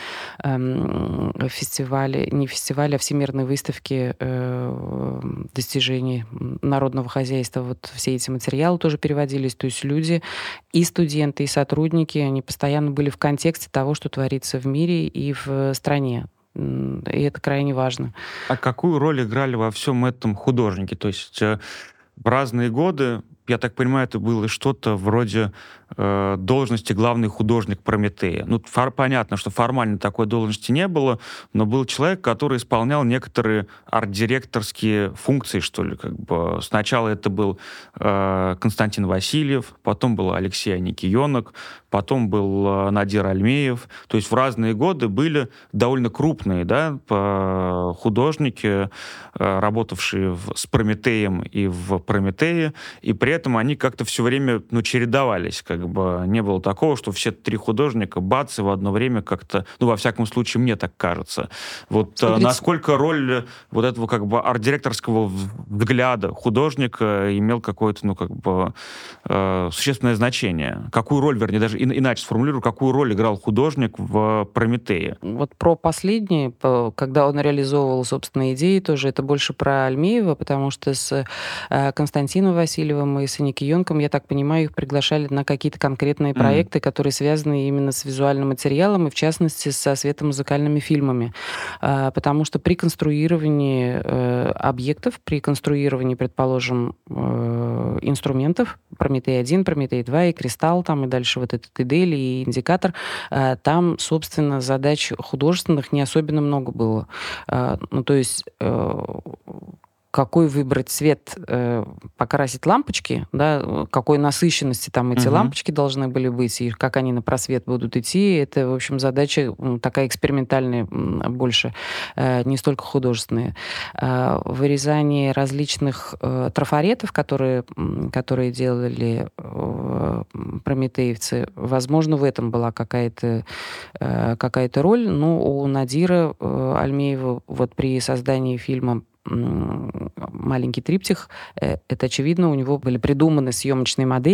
эм, фестивали, не фестивали, а всемирные выставки э, достижений м, народного хозяйства. Вот все эти материалы тоже переводились. То есть люди, и студенты, и сотрудники, они постоянно были в контексте того, что творится в мире и в стране. М, И это крайне важно. А какую роль играли во всем этом художники? То есть э, в разные годы, я так понимаю, это было что-то вроде э, должности главный художник Прометея. Ну, фор- понятно, что формально такой должности не было, но был человек, который исполнял некоторые арт-директорские функции, что ли. Как бы. Сначала это был э, Константин Васильев, потом был Алексей Аникионок, потом был э, Надир Альмеев. То есть в разные годы были довольно крупные, да, по- художники, э, работавшие в- с Прометеем и в Прометее, и при этом они как-то все время, ну, чередовались, как бы не было такого, что все три художника, бац, и в одно время как-то, ну, во всяком случае, мне так кажется. Вот э, Смотрите, насколько роль вот этого как бы арт-директорского в- взгляда художника имел какое-то, ну, как бы э, существенное значение? Какую роль, вернее, даже ин- иначе сформулирую, какую роль играл художник в Прометее? вот про последнее, по- когда он реализовывал собственные идеи, тоже это больше про Альмеева, потому что с э, Константином Васильевым и с Аникиенком, я так понимаю, их приглашали на какие-то конкретные М. проекты, которые связаны именно с визуальным материалом и, в частности, со светомузыкальными фильмами. А, Потому что при конструировании э, объектов, при конструировании, предположим, э, инструментов, Прометей один, Прометей два и Кристалл, там и дальше вот этот Идель и Индикатор, а, там, собственно, задач художественных не особенно много было. А, Ну, то есть э, какой выбрать цвет, э, покрасить лампочки, да, э, какой насыщенности там эти Мгм. лампочки должны были быть, и как они на просвет будут идти, это, в общем, задача м, такая экспериментальная м, больше, э, не столько художественная. А, Вырезание различных э, трафаретов, которые, м, которые делали э, м, прометеевцы, возможно, в этом была какая-то э, какая-то роль. Но у Надира э, Альмеева вот при создании фильма м, «Маленький триптих», э, это очевидно, у него были придуманы съемочные модели,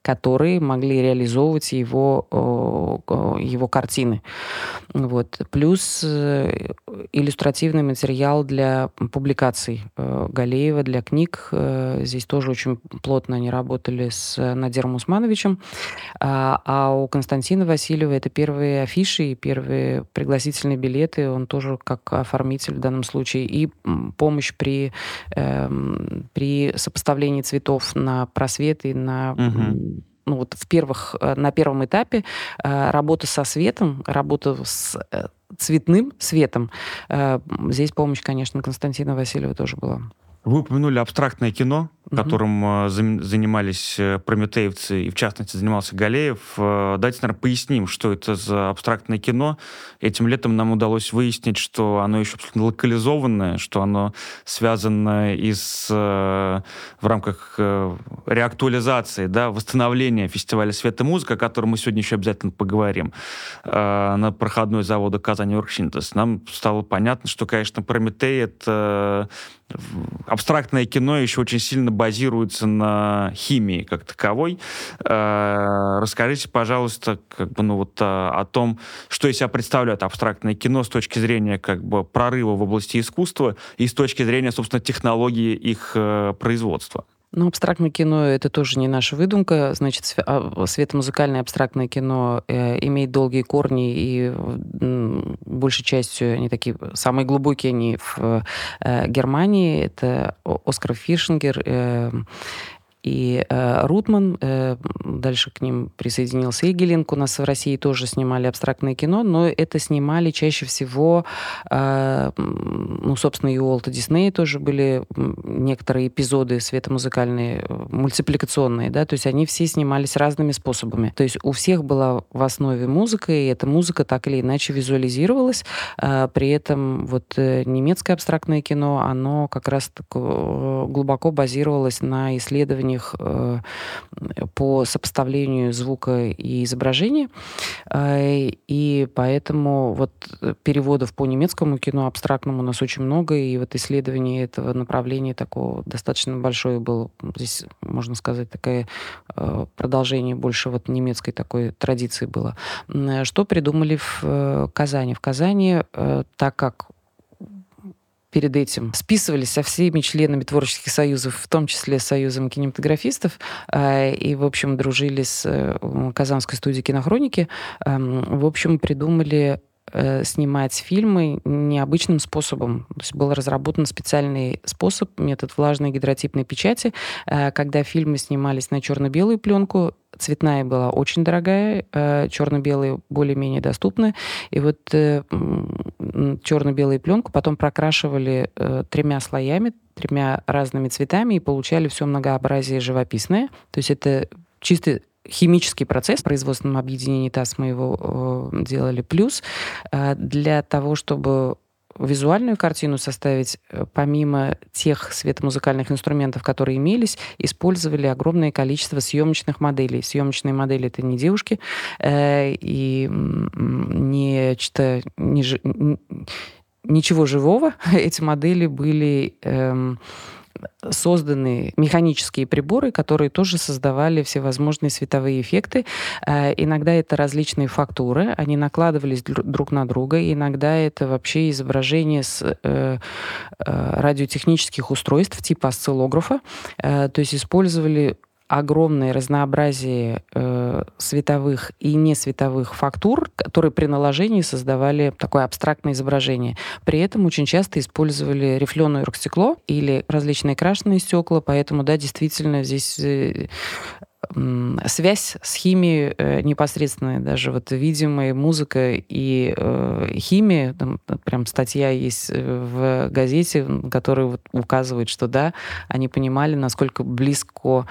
которые могли реализовывать его, его картины. Вот. Плюс иллюстративный материал для публикаций Галеева, для книг. Здесь тоже очень плотно они работали с Надиром Усмановичем. А, а у Константина Васильева это первые афиши и первые пригласительные билеты. Он тоже как оформитель в данном случае. И помощь при, э, при сопоставлении цветов на просвет и на... Угу. Ну, вот в первых, на первом этапе э, работа со светом, работа с э, цветным светом. Э, здесь помощь, конечно, Константина Васильева тоже была. Вы упомянули абстрактное кино, Мгм. которым э, зам- занимались э, прометеевцы, и в частности занимался Галеев. Э, давайте, наверное, поясним, что это за абстрактное кино. Этим летом нам удалось выяснить, что оно еще абсолютно локализованное, что оно связано и с, э, в рамках э, реактуализации, да, восстановления фестиваля «Свет и музыка», о котором мы сегодня еще обязательно поговорим, э, на проходной завода «Казань Оргсинтез». Нам стало понятно, что, конечно, «Прометей» — это абстрактное кино, еще очень сильно базируется на химии как таковой. Э, расскажите, пожалуйста, как бы, ну, вот, о, о том, что из себя представляет абстрактное кино с точки зрения как бы прорыва в области искусства и с точки зрения, собственно, технологии их э, производства. Ну, абстрактное кино — это тоже не наша выдумка. Значит, све- а, светомузыкальное абстрактное кино э, имеет долгие корни, и м, большей частью они такие, самые глубокие они в э, Германии. Это О- Оскар Фишингер, э, и э, Рутман. Э, дальше к ним присоединился Игелинг. У нас в России тоже снимали абстрактное кино, но это снимали чаще всего, э, ну, собственно, и у Уолта Диснея тоже были м, некоторые эпизоды светомузыкальные, э, мультипликационные, да, то есть они все снимались разными способами. То есть у всех была в основе музыка, и эта музыка так или иначе визуализировалась. Э, при этом вот э, немецкое абстрактное кино, оно как раз так, э, глубоко базировалось на исследованиях э, по сопоставлению звука и изображения. Э, И поэтому вот переводов по немецкому кино абстрактному у нас очень много, и вот исследование этого направления такого достаточно большое было. Здесь, можно сказать, такое э, продолжение больше вот немецкой такой традиции было. М, Что придумали в э, Казани? В Казани, э, так как перед этим списывались со всеми членами творческих союзов, в том числе с Союзом кинематографистов, э, и, в общем, дружили с э, Казанской студией кинохроники. Эм, В общем, придумали э, снимать фильмы необычным способом. То есть был разработан специальный способ, метод влажной гидротипной печати, э, когда фильмы снимались на черно-белую пленку. Цветная была очень дорогая, э, черно-белые более-менее доступны. И вот э, м, черно-белую пленку потом прокрашивали э, тремя слоями, тремя разными цветами, и получали все многообразие живописное. То есть это чисто химический процесс. В производственном объединении ТАСС мы его э, делали. Плюс э, для того, чтобы визуальную картину составить, э, помимо тех светомузыкальных инструментов, которые имелись, использовали огромное количество съемочных моделей. Съемочные модели — это не девушки, э, и м, нечто, не жи- н- ничего живого. Эти модели были эм, созданы механические приборы, которые тоже создавали всевозможные световые эффекты. Э, Иногда это различные фактуры, они накладывались дру- друг на друга. Иногда это вообще изображение с э, э, радиотехнических устройств типа осциллографа. Э, То есть использовали огромное разнообразие э, световых и несветовых фактур, которые при наложении создавали такое абстрактное изображение. При этом очень часто использовали рифленое оргстекло или различные крашеные стекла, поэтому, да, действительно, здесь э, м, связь с химией э, непосредственная, даже вот видимая музыка и э, химия, там э, прям статья есть э, в газете, м, которая вот указывает, что да, они понимали, насколько близко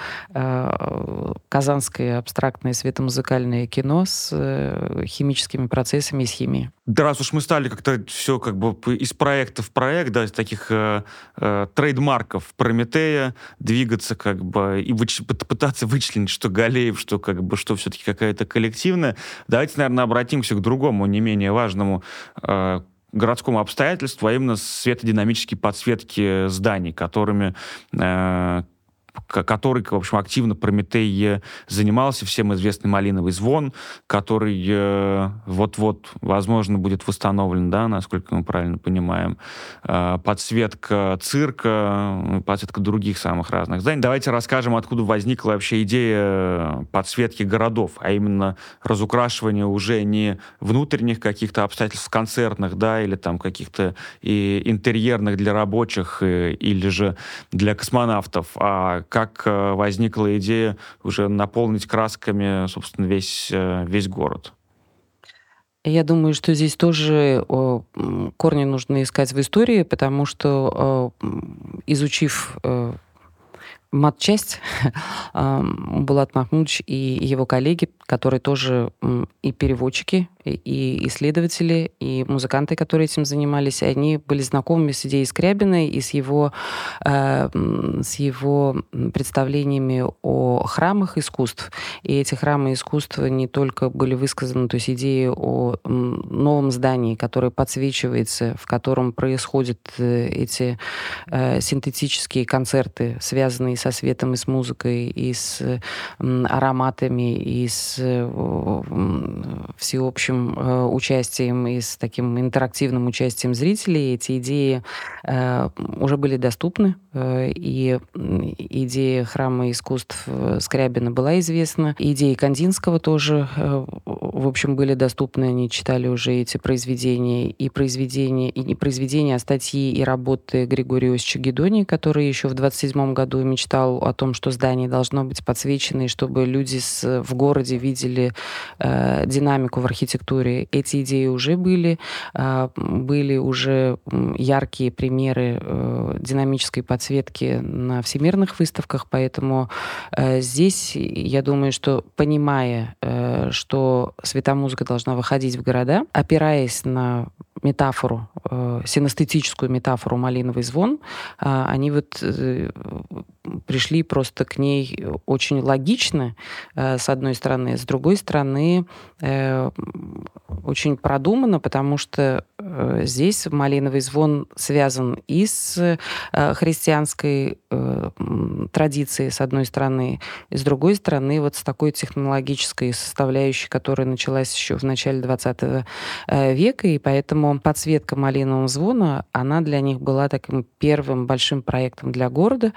э, казанское абстрактное светомузыкальное кино с э, химическими процессами и с химией. Да, раз уж мы стали как-то все как бы п- из проекта в проект, да, из таких э, э, трейдмарков Прометея двигаться как бы и выч- пыт- пытаться вычленить, что Галеев, что как бы, что все-таки какая-то коллективная, давайте, наверное, обратимся к другому, не менее важному э, городскому обстоятельству, а именно светодинамические подсветки зданий, которыми э, который, в общем, активно Прометей занимался, всем известный «Малиновый звон», который вот-вот, возможно, будет восстановлен, да, насколько мы правильно понимаем. Подсветка цирка, подсветка других самых разных зданий. Давайте расскажем, откуда возникла вообще идея подсветки городов, а именно разукрашивания уже не внутренних каких-то обстоятельств концертных, да, или там каких-то и интерьерных для рабочих, или же для космонавтов, а как возникла идея уже наполнить красками, собственно, весь, весь город. Я думаю, что здесь тоже о, корни нужно искать в истории, потому что, изучив матчасть, Булат Махмудович и его коллеги, которые тоже и переводчики, и исследователи, и музыканты, которые этим занимались, они были знакомы с идеей Скрябина и с его, э, с его представлениями о храмах искусств. И эти храмы искусства не только были высказаны, то есть идеи о новом здании, которое подсвечивается, в котором происходят эти э, синтетические концерты, связанные со светом и с музыкой, и с э, ароматами, и с э, всеобщим участием и с таким интерактивным участием зрителей. Эти идеи э, уже были доступны, э, и идея храма искусств Скрябина была известна. Идеи Кандинского тоже, э, в общем, были доступны. Они читали уже эти произведения, и произведения, и не произведения, а статьи и работы Григория Иосифовича Гедонии, который еще в двадцать седьмом году мечтал о том, что здание должно быть подсвечено, и чтобы люди с, в городе видели э, динамику в архитектуре. Эти идеи уже были, были уже яркие примеры динамической подсветки на всемирных выставках, поэтому здесь, я думаю, что, понимая, что светомузыка должна выходить в города, опираясь на метафору, синестетическую метафору «Малиновый звон», они вот пришли просто к ней очень логично, с одной стороны. С другой стороны, очень продуманно, потому что здесь «Малиновый звон» связан и с христианской традицией, с одной стороны, и с другой стороны, вот с такой технологической составляющей, которая началась еще в начале двадцатого века, и поэтому подсветка «Малинового звона», она для них была таким первым большим проектом для города.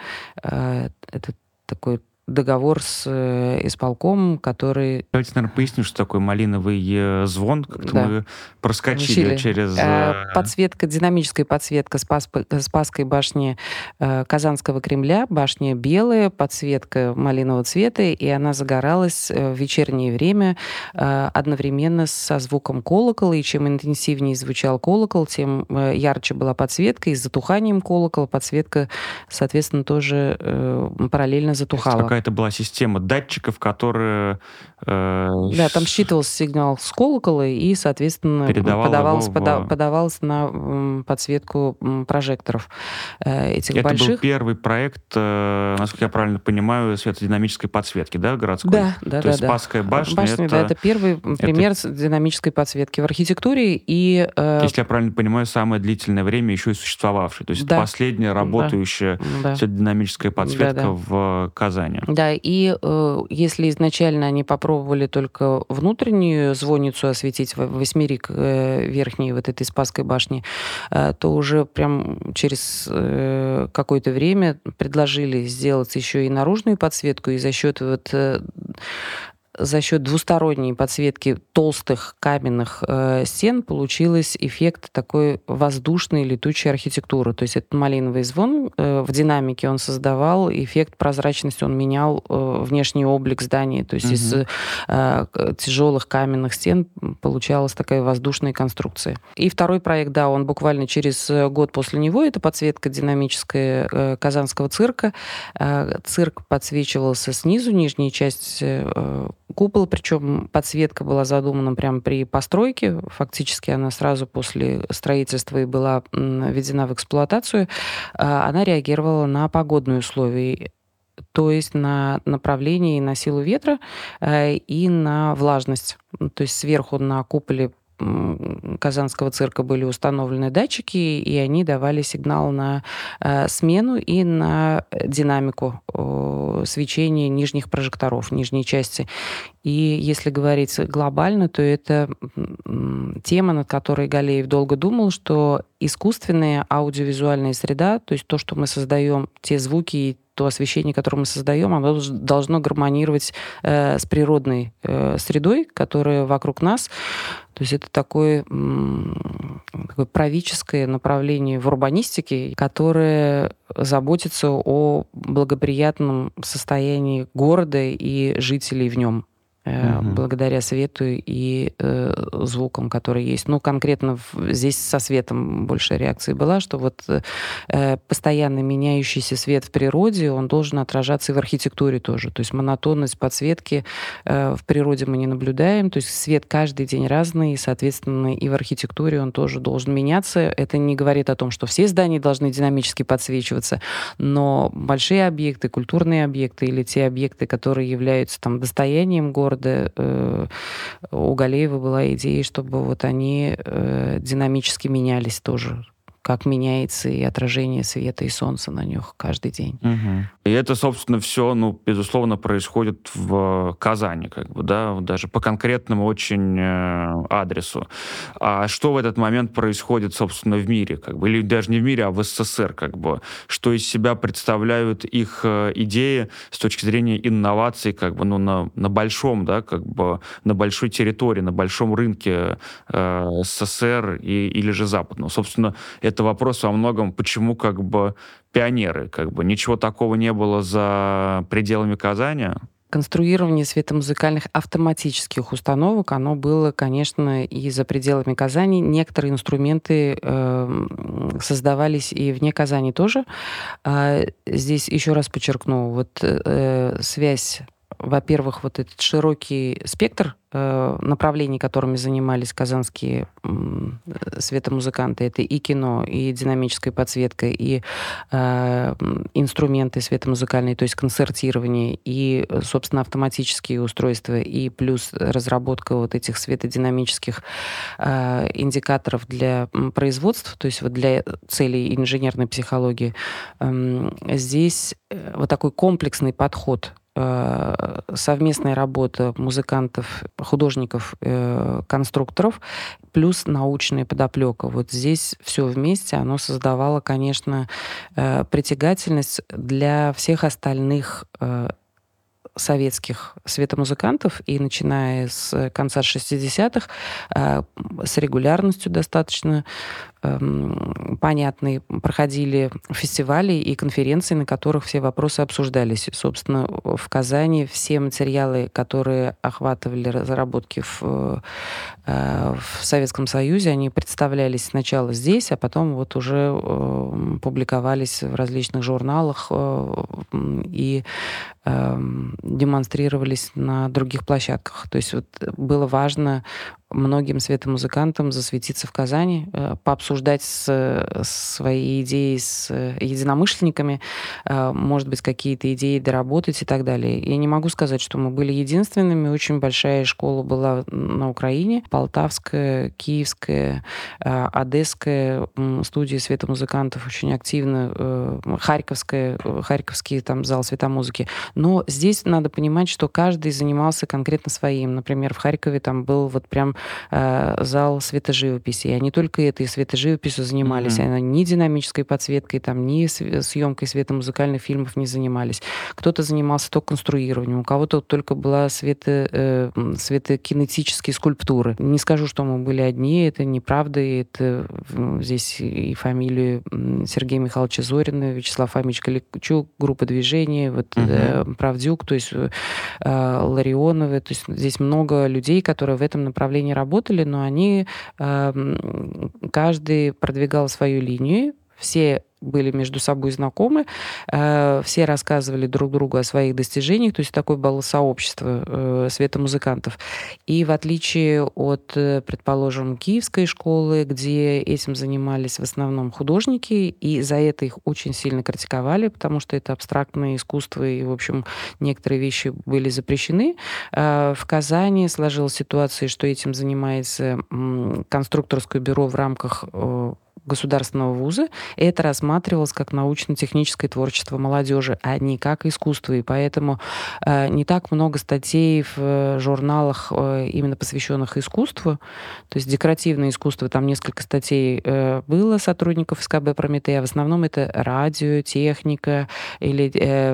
Это такой договор с э, исполкомом, который... Давайте, наверное, поясню, что такое «Малиновый э, звон». Как-то да. мы проскочили Учили. через... Э, подсветка, динамическая подсветка Спас, Спасской башни э, Казанского Кремля. Башня белая, подсветка малинового цвета, и она загоралась в вечернее время э, одновременно со звуком колокола, и чем интенсивнее звучал колокол, тем э, ярче была подсветка, и с затуханием колокола подсветка, соответственно, тоже э, параллельно затухала. Это была система датчиков, которые... Э, да, там считывался сигнал с колокола и, соответственно, подавался, пода, в... подавался на м, подсветку м, прожекторов э, этих это больших. Это был первый проект, э, насколько я правильно понимаю, светодинамической подсветки, да, городской? Да, да, То да. есть да. Спасская башня... башня это... Да, это первый пример это... динамической подсветки в архитектуре. И, э... Если я правильно понимаю, самое длительное время еще и существовавшей. То есть да. это последняя работающая да. светодинамическая подсветка да, да. в Казани. Да, и э, если изначально они попробовали только внутреннюю звонницу осветить, восьмерик э, верхней вот этой Спасской башни, э, то уже прям через э, какое-то время предложили сделать еще и наружную подсветку, и за счет вот... Э, за счет двусторонней подсветки толстых каменных э, стен получился эффект такой воздушной летучей архитектуры. То есть этот малиновый звон э, в динамике он создавал эффект прозрачности, он менял э, внешний облик здания. То есть угу. из э, тяжелых каменных стен получалась такая воздушная конструкция. И второй проект, да, он буквально через год после него, это подсветка динамическая э, Казанского цирка. Э, цирк подсвечивался снизу, нижняя часть э, купол, причем подсветка была задумана прямо при постройке. Фактически она сразу после строительства и была введена в эксплуатацию. Она реагировала на погодные условия, то есть на направление и на силу ветра и на влажность. То есть сверху на куполе Казанского цирка были установлены датчики, и они давали сигнал на смену и на динамику свечения нижних прожекторов, нижней части. И если говорить глобально, то это тема, над которой Галеев долго думал, что искусственная аудиовизуальная среда, то есть то, что мы создаем, те звуки и то освещение, которое мы создаем, оно должно гармонировать э, с природной э, средой, которая вокруг нас. То есть это такое, м, такое правительское направление в урбанистике, которое заботится о благоприятном состоянии города и жителей в нем. Угу. Благодаря свету и э, звукам, которые есть. Ну, конкретно в, здесь со светом больше реакции была, что вот э, постоянно меняющийся свет в природе, он должен отражаться и в архитектуре тоже. То есть монотонность подсветки э, в природе мы не наблюдаем. То есть свет каждый день разный, и, соответственно, и в архитектуре он тоже должен меняться. Это не говорит о том, что все здания должны динамически подсвечиваться, но большие объекты, культурные объекты или те объекты, которые являются там достоянием города, у Галеева была идея, чтобы вот они э, динамически менялись тоже, как меняется и отражение света и солнца на них каждый день. Угу. И это, собственно, все, ну, безусловно, происходит в Казани, как бы, да, даже по конкретному очень э, адресу. А что в этот момент происходит, собственно, в мире, как бы, или даже не в мире, а в СССР, как бы, что из себя представляют их э, идеи с точки зрения инноваций, как бы, ну, на, на большом, да, как бы, на большой территории, на большом рынке э, СССР и, или же западного. Собственно, это вопрос во многом, почему, как бы, пионеры, как бы, ничего такого не было за пределами Казани. Конструирование светомузыкальных автоматических установок, оно было, конечно, и за пределами Казани. Некоторые инструменты э, создавались и вне Казани тоже. А здесь еще раз подчеркну, вот э, связь, во-первых, вот этот широкий спектр э, направлений, которыми занимались казанские э, светомузыканты. Это и кино, и динамическая подсветка, и э, инструменты светомузыкальные, то есть концертирование, и, собственно, автоматические устройства, и плюс разработка вот этих светодинамических э, индикаторов для производства, то есть вот для целей инженерной психологии. Э, здесь вот такой комплексный подход, совместная работа музыкантов, художников, э, конструкторов, плюс научная подоплека. Вот здесь все вместе, оно создавало, конечно, э, притягательность для всех остальных э, советских светомузыкантов, и начиная с конца шестидесятых э, с регулярностью достаточно э, понятной проходили фестивали и конференции, на которых все вопросы обсуждались. Собственно, в Казани все материалы, которые охватывали разработки в, э, в Советском Союзе, они представлялись сначала здесь, а потом вот уже э, публиковались в различных журналах э, и э, демонстрировались на других площадках. То есть вот было важно многим светомузыкантам засветиться в Казани, пообсуждать с, свои идеи с единомышленниками, может быть, какие-то идеи доработать и так далее. Я не могу сказать, что мы были единственными. Очень большая школа была на Украине. Полтавская, Киевская, Одесская студии светомузыкантов очень активно, Харьковская, Харьковский там зал светомузыки. Но здесь надо понимать, что каждый занимался конкретно своим. Например, в Харькове там был вот прям зал светоживописи. И они только этой светоживописью занимались. Mm-hmm. Они ни динамической подсветкой, там, ни съемкой светомузыкальных фильмов не занимались. Кто-то занимался только конструированием, у кого-то только была свето, э, светокинетические скульптуры. Не скажу, что мы были одни, это неправда. И это здесь и фамилию Сергея Михайловича Зорина, Вячеслав Фомич Каличук, группа движения, вот, mm-hmm. э, Правдюк, то есть э, Ларионовы. То есть здесь много людей, которые в этом направлении работали, но они, э, каждый продвигал свою линию, все были между собой знакомы, э, все рассказывали друг другу о своих достижениях, то есть такое было сообщество э, светомузыкантов. И в отличие от, э, предположим, киевской школы, где этим занимались в основном художники, и за это их очень сильно критиковали, потому что это абстрактное искусство, и, в общем, некоторые вещи были запрещены. Э, В Казани сложилась ситуация, что этим занимается м, конструкторское бюро в рамках э, государственного вуза, и это рассматривалось как научно-техническое творчество молодежи, а не как искусство. И поэтому э, не так много статей в э, журналах, э, именно посвященных искусству. То есть декоративное искусство, там несколько статей э, было сотрудников СКБ «Прометей», а в основном это радио, техника или э,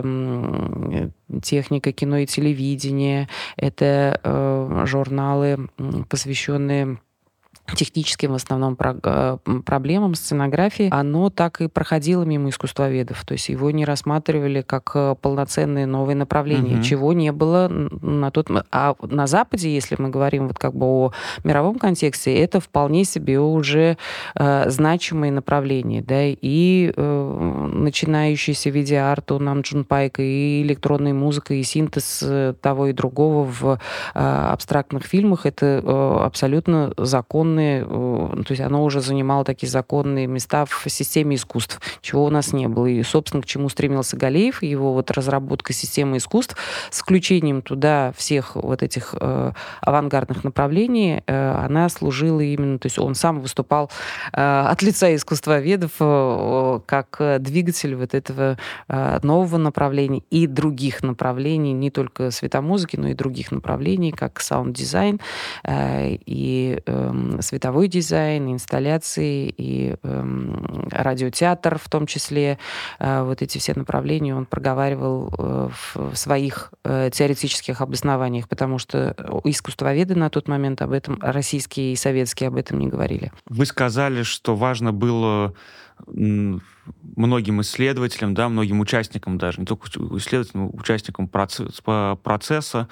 м, техника, кино и телевидение. Это э, журналы, м, посвященные техническим в основном прог- э, м, проблемам сценографии, оно так и проходило мимо искусствоведов. То есть его не рассматривали как э, полноценное новое направление, Мгм. чего не было н- на тот мо- А на Западе, если мы говорим вот как бы о мировом контексте, это вполне себе уже э, значимые направления, да, и э, начинающийся видеоарт у Нам Джун Пайка, и электронная музыка, и синтез э, того и другого в э, абстрактных фильмах, это э, абсолютно законные, э, то есть оно уже занимало такие законные места в системе искусств, чего у нас не было. И, собственно, к чему стремился Галеев, его вот разработка системы искусств с включением туда всех вот этих э, авангардных направлений, э, она служила именно, то есть он сам выступал э, от лица искусствоведов э, как э, двигатель вот этого э, нового направления и других направлений, не только светомузыки, но и других направлений, как саунд-дизайн э, и эм, световой дизайн, инсталляции, и эм, радиотеатр в том числе. Э, вот эти все направления он проговаривал э, в в своих э, теоретических обоснованиях, потому что искусствоведы на тот момент об этом, российские и советские, об этом не говорили. Вы сказали, что важно было м, многим исследователям, да, многим участникам даже, не только у- исследователям, но участникам процесс- по- процесса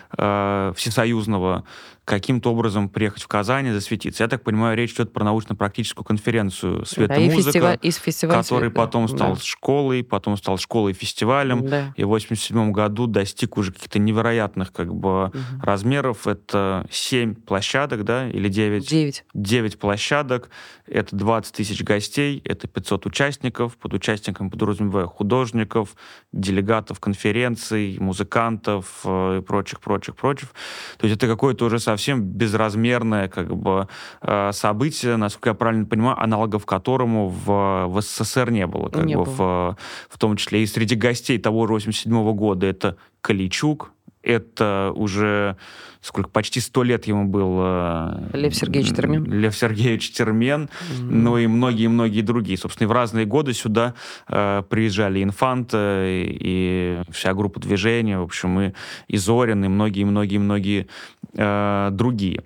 э, всесоюзного каким-то образом приехать в Казань и засветиться. Я так понимаю, речь идет про научно-практическую конференцию Да, и фестиваль, «Светомузыка», и фестиваль который света. потом стал Да, школой, потом стал школой-фестивалем, да. и в восемьдесят седьмом году достиг уже каких-то невероятных как бы Мгм. размеров. Это семь площадок, да, или девять? Девять. Девять площадок, это двадцать тысяч гостей, это пятьсот участников. Под участниками подразумеваю художников, делегатов конференций, музыкантов э, и прочих, прочих, прочих. То есть это какое-то уже совсем безразмерное как бы э, событие, насколько я правильно понимаю, аналогов которому в, в СССР не было. Как Не бы было. в, в том числе и среди гостей того же восемьдесят седьмого года это Калийчук, это уже сколько, почти сто лет ему было Лев Сергеевич м, Термен. Лев Сергеевич Термен, ну М. и многие-многие другие. Собственно, и в разные годы сюда э, приезжали Инфанта и, и вся группа движения, в общем, и, и Зорин, и многие-многие-многие э, другие.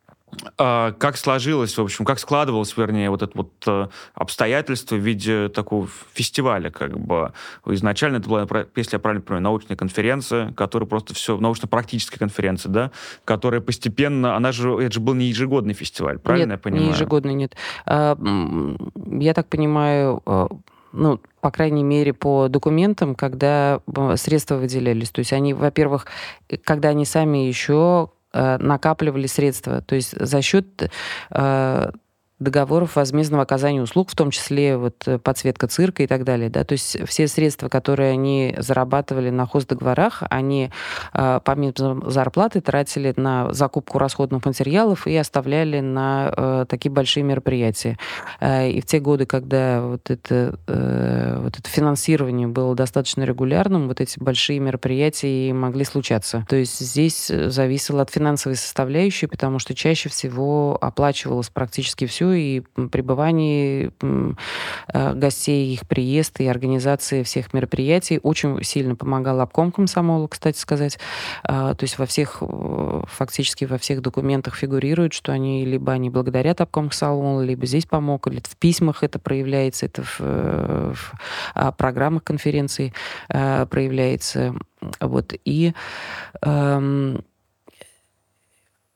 А, как сложилось, в общем, как складывалось, вернее, вот это вот э, обстоятельство в виде такого фестиваля, как бы. Изначально это была, про- если я правильно понимаю, научная конференция, которая просто все, научно-практическая конференция, да, которая постепенно, она же, это же был не ежегодный фестиваль, Нет, правильно я не понимаю? ежегодный, нет. А, м, я так понимаю, а, ну, по крайней мере, по документам, когда б средства выделялись. То есть они, во-первых, э, когда они сами еще э, накапливали средства, то есть за счет э, договоров возмездного оказания услуг, в том числе вот э, подсветка цирка и так далее, да, то есть все средства, которые они зарабатывали на хоздоговорах, они э, помимо зарплаты тратили на закупку расходных материалов и оставляли на э, такие большие мероприятия. Э, И в те годы, когда вот это, э, вот это финансирование было достаточно регулярным, вот эти большие мероприятия и могли случаться. То есть здесь э, зависело от финансовой составляющей, потому что чаще всего оплачивалось практически все, и м, пребывание м, э, гостей, их приезд и организация всех мероприятий. Очень сильно помогал обком комсомола, кстати сказать. А, То есть во всех, э, фактически во всех документах фигурирует, что они либо они благодарят обком комсомола, либо здесь помог, или в письмах это проявляется, это в, э, в, а, программах конференции э, проявляется. Вот. И эм,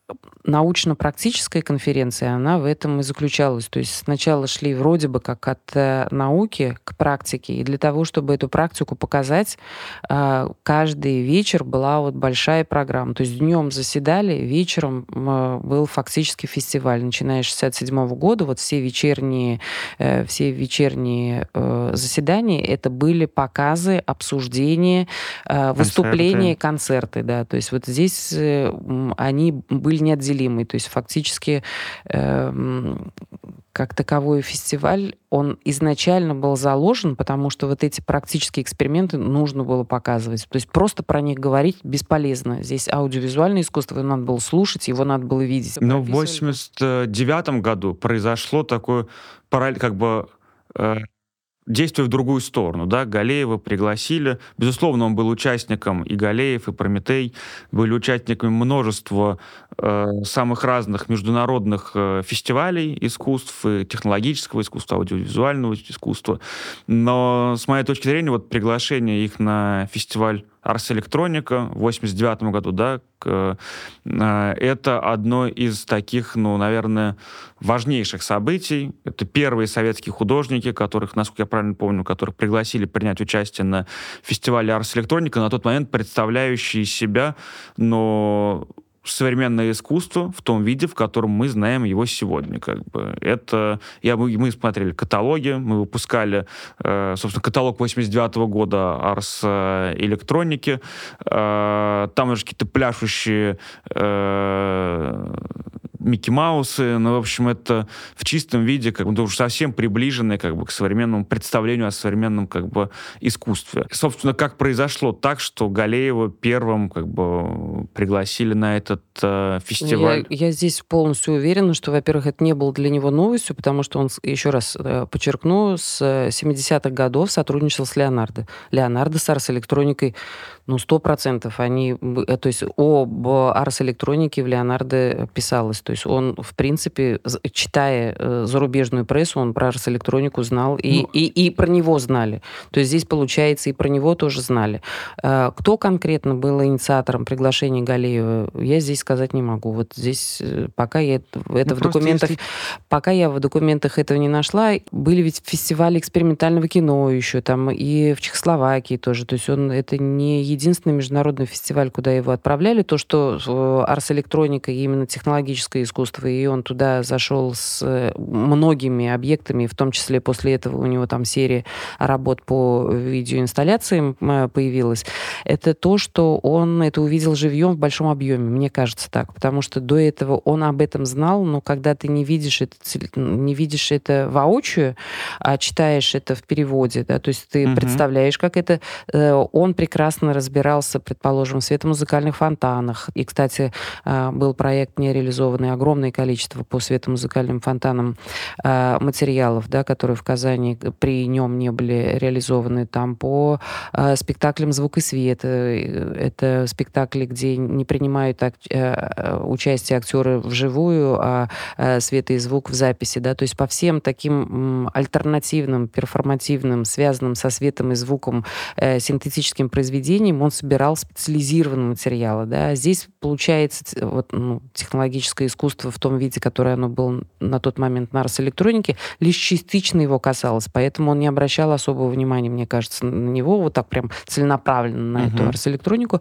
научно-практическая конференция, она в этом и заключалась. То есть сначала шли вроде бы как от э, науки к практике, и для того, чтобы эту практику показать, э, каждый вечер была вот большая программа. То есть днем заседали, вечером э, был фактически фестиваль. Начиная с шестьдесят седьмого года, вот все вечерние, э, все вечерние э, заседания, это были показы, обсуждения, э, выступления, концерты. Да. То есть вот здесь э, они были неотделимы. То есть фактически э, как таковой фестиваль, он изначально был заложен, потому что вот эти практические эксперименты нужно было показывать. То есть просто про них говорить бесполезно. Здесь аудиовизуальное искусство, его надо было слушать, его надо было видеть. Но в восемьдесят девятом году произошло такое, как бы, э, действие в другую сторону, да, Галеева пригласили. Безусловно, он был участником, и Галеев, и Прометей были участниками множества э, самых разных международных э, фестивалей искусств, и технологического искусства, аудиовизуального искусства. Но, с моей точки зрения, вот приглашение их на фестиваль Ars Electronica в восемьдесят девятом году, да, к, э, это одно из таких, ну, наверное, важнейших событий. Это первые советские художники, которых, насколько я правильно помню, которых пригласили принять участие на фестивале Ars Electronica, на тот момент представляющие себя, но современное искусство в том виде, в котором мы знаем его сегодня. Как бы. Это, я, мы смотрели каталоги, мы выпускали, э, собственно, каталог восемьдесят девятого года Ars Electronica. Э, там уже какие-то пляшущие э, Микки Маусы, ну, в общем, это в чистом виде, как бы, уже совсем приближенное, как бы, к современному представлению о современном, как бы, искусстве. Собственно, как произошло так, что Галеева первым, как бы, пригласили на этот э, фестиваль? Я, я здесь полностью уверена, что, во-первых, это не было для него новостью, потому что он, еще раз э, подчеркну, с семидесятых годов сотрудничал с Леонардо. Леонардо с Ars Electronica, ну, сто процентов. Они, то есть об Ars Electronica в Леонардо писалось. То есть он, в принципе, читая э, зарубежную прессу, он про Ars Electronica знал, и, ну, и, и про него знали. То есть здесь, получается, и про него тоже знали. Э, кто конкретно был инициатором приглашения Галеева, я здесь сказать не могу. Вот здесь э, пока я это, это ну, в документах, если... пока я в документах этого не нашла, были ведь фестивали экспериментального кино еще там и в Чехословакии тоже. То есть он это не единственный международный фестиваль, куда его отправляли. То, что Ars Electronica именно технологическое искусство, и он туда зашел с многими объектами, в том числе после этого у него там серия работ по видеоинсталляциям появилась. Это то, что он это увидел живьем в большом объеме, мне кажется так, потому что до этого он об этом знал, но когда ты не видишь это, не видишь это воочию, а читаешь это в переводе, да, то есть ты угу. представляешь, как это... Он прекрасно разбирался, предположим, в светомузыкальных фонтанах. И, кстати, был проект нереализованный, огромное количество по светомузыкальным фонтанам материалов, да, которые в Казани при нем не были реализованы. Там по спектаклям «Звук и свет». Это спектакли, где не принимают участие актеры вживую, а свет и звук в записи. Да? То есть по всем таким альтернативным, перформативным, связанным со светом и звуком синтетическим произведениям он собирал специализированные материалы. Да? Здесь получается вот, ну, технологическое искусство в том виде, которое оно было на тот момент на Ars Electronica, лишь частично его касалось, поэтому он не обращал особого внимания, мне кажется, на него, вот так прям целенаправленно на uh-huh. эту Ars Electronica.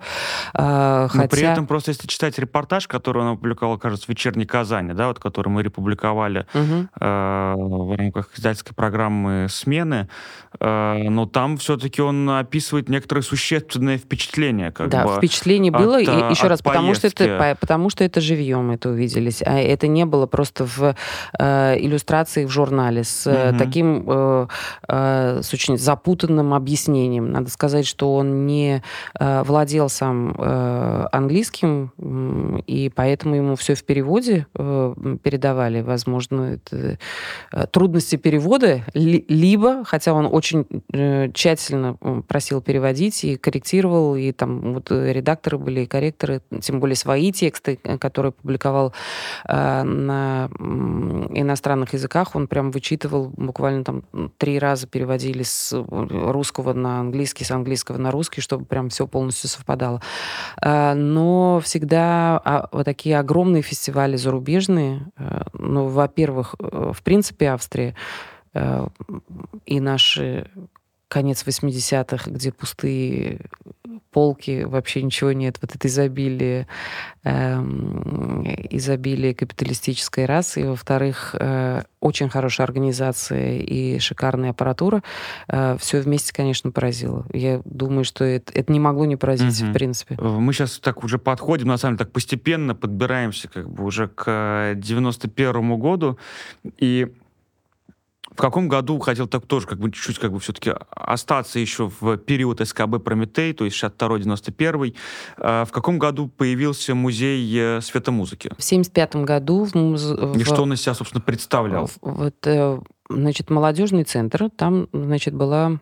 А, Но хотя... при этом просто если читать репортаж, который он опубликовал, кажется, в «Вечерней Казани», да, вот, который мы републиковали uh-huh. э, в рамках издательской программы «Смены», э, но там все-таки он описывает некоторые существенные впечатления. Как да, бы, впечатление было, от, и еще раз, потому что, поездки. это, потому что это живьем это увиделись, а это не было просто в э, иллюстрации в журнале с uh-huh. таким э, э, с очень запутанным объяснением. Надо сказать, что он не э, владел сам э, английским, и поэтому ему все в переводе э, передавали. Возможно, это э, трудности перевода, ли, либо, хотя он очень э, тщательно просил переводить и корректировал, и там вот редакторы были, и корректоры, тем более свои тексты, которые публиковал э, на м, иностранных языках. Он прям вычитывал, буквально там три раза переводили с русского на английский, с английского на русский, чтобы прям все полностью совпадало. Э, но всегда а, вот такие огромные фестивали зарубежные, э, ну, во-первых, э, в принципе, Австрия э, и наши конец восьмидесятых, где пустые полки, вообще ничего нет, вот это изобилие, эм, изобилие капиталистической расы, и, во-вторых, э, очень хорошая организация и шикарная аппаратура, э, все вместе, конечно, поразило. Я думаю, что это, это не могло не поразить, в Мгм. принципе. Э, Мы сейчас так уже подходим, на самом деле, так постепенно подбираемся как бы уже к девяносто первому году. И в каком году хотел так тоже как бы чуть-чуть как бы все-таки остаться еще в период СКБ «Прометей», то есть шестьдесят второй девяносто первый. Э, В каком году появился музей э, светомузыки? В семьдесят пятом году в, муз- И что в- он из себя, собственно, представлял? в- вот, э, значит, молодежный центр, там, значит, была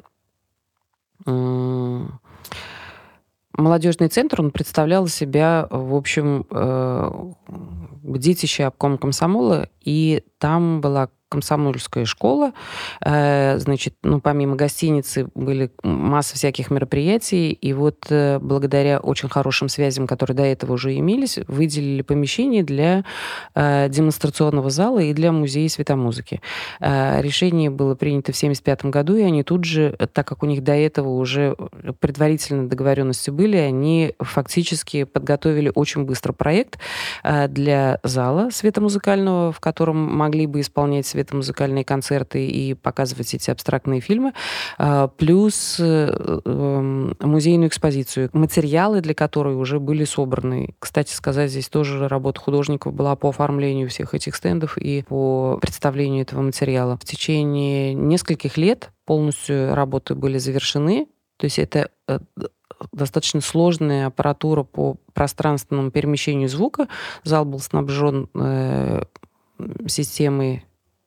м, молодежный центр, он представлял из себя, в общем, э, детище обкома комсомола, и там была комсомольская школа. Э, значит, ну, помимо гостиницы были масса всяких мероприятий, и вот э, благодаря очень хорошим связям, которые до этого уже имелись, выделили помещение для э, демонстрационного зала и для музея светомузыки. Э, решение было принято в семьдесят пятом году, и они тут же, так как у них до этого уже предварительно договоренности были, они фактически подготовили очень быстро проект э, для зала светомузыкального, в котором могли бы исполнять светомузыкальные концерты и показывать эти абстрактные фильмы, э, плюс э, э, музейную экспозицию, материалы для которой уже были собраны. Кстати сказать, здесь тоже работа художников была по оформлению всех этих стендов и по представлению этого материала. В течение нескольких лет полностью работы были завершены. То есть это э, достаточно сложная аппаратура по пространственному перемещению звука. Зал был снабжен э, системой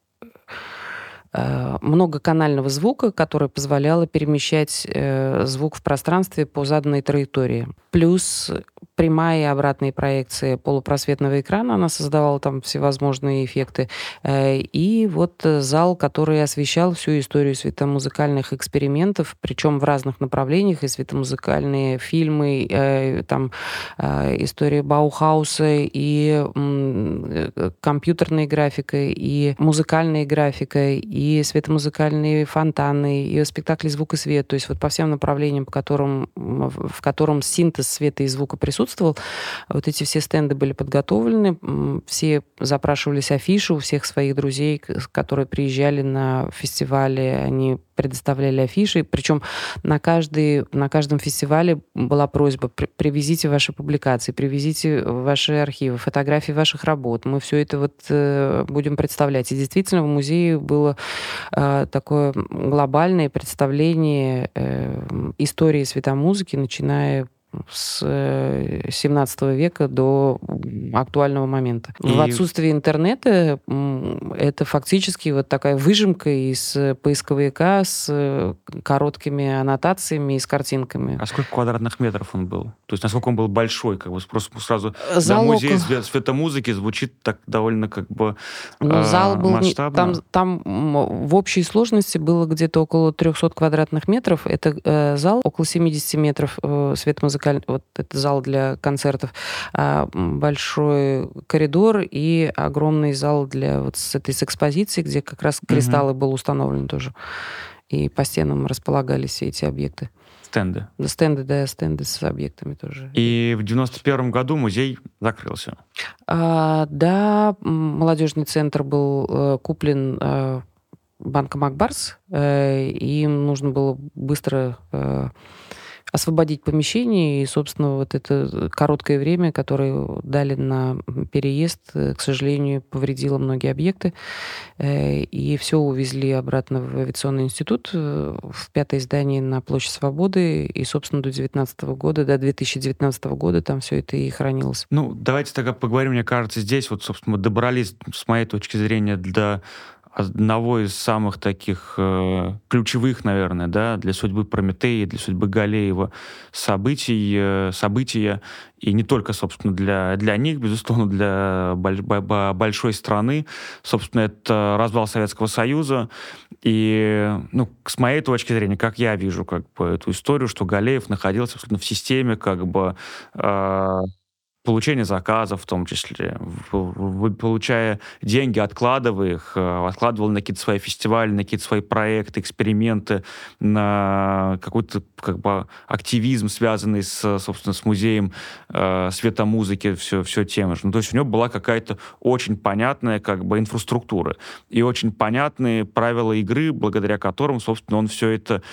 э, многоканального звука, которая позволяла перемещать э, звук в пространстве по заданной траектории. Плюс прямая и обратная проекции полупросветного экрана, она создавала там всевозможные эффекты. Э, И вот э, зал, который освещал всю историю светомузыкальных экспериментов, причем в разных направлениях, и светомузыкальные фильмы, э, там э, история Баухауса, и м, э, компьютерная графика, и музыкальная графика, и светомузыкальные фонтаны, и спектакли «Звук и свет». То есть вот по всем направлениям, по которым, м, в в котором синтез света и звука присутствовал, вот эти все стенды были подготовлены, м, все запрашивались афиши у всех своих друзей, к- с- которые приезжали на фестивали, они предоставляли афиши, причем на, каждый, на каждом фестивале была просьба: «При- привезите ваши публикации, привезите ваши архивы, фотографии ваших работ, мы все это вот э, будем представлять». И действительно в музее было э, такое глобальное представление э, истории светомузыки, начиная с э, семнадцатого века до м, актуального момента. В И отсутствие интернета м, это фактически вот такая выжимка из э, поисковика с э, короткими аннотациями и с картинками. а сколько квадратных метров он был? То есть насколько он был большой? Как бы просто сразу да, Зал музей около... све- светомузыки звучит так довольно как бы Ну, зал э, был... не- Там, масштабно. там м, в общей сложности было где-то около триста квадратных метров. Это э, зал около семьдесят метров э, светомузыкальный. Вот это зал для концертов. А, м, большой коридор и огромный зал для вот с этой с экспозицией, где как раз Мгм. кристаллы был установлен тоже. И по стенам располагались все эти объекты. Стенды. Да, стенды, да, стенды с объектами тоже. И в девяносто первом году музей закрылся. А, да, м, молодежный центр был э, куплен э, банком Акбарс, э, и им нужно было быстро э, освободить помещение, и, собственно, вот это короткое время, которое дали на переезд, э, к сожалению, повредило многие объекты, э, и все увезли обратно в авиационный институт, э, в пятое здание на Площадь Свободы, и, собственно, до девятнадцатого года, до две тысячи девятнадцатого года там все это и хранилось. Ну, давайте тогда поговорим, мне кажется, здесь вот, собственно, мы добрались, с моей точки зрения, до одного из самых таких э, ключевых, наверное, да, для судьбы Прометея, для судьбы Галеева событий, э, события, и не только, собственно, для, для них, безусловно, для боль- бо- бо- большой страны. Собственно, это развал Советского Союза. И, ну, с моей точки зрения, как я вижу как бы, эту историю, что Галеев находился абсолютно в системе как бы э, получение заказов в том числе, в- в- получая деньги, откладывая их, э, откладывал на какие-то свои фестивали, на какие-то свои проекты, эксперименты, на какой-то как бы активизм, связанный с, собственно, с музеем э, светомузыки, все, все тем же. Ну, то есть у него была какая-то очень понятная как бы инфраструктура и очень понятные правила игры, благодаря которым, собственно, он все это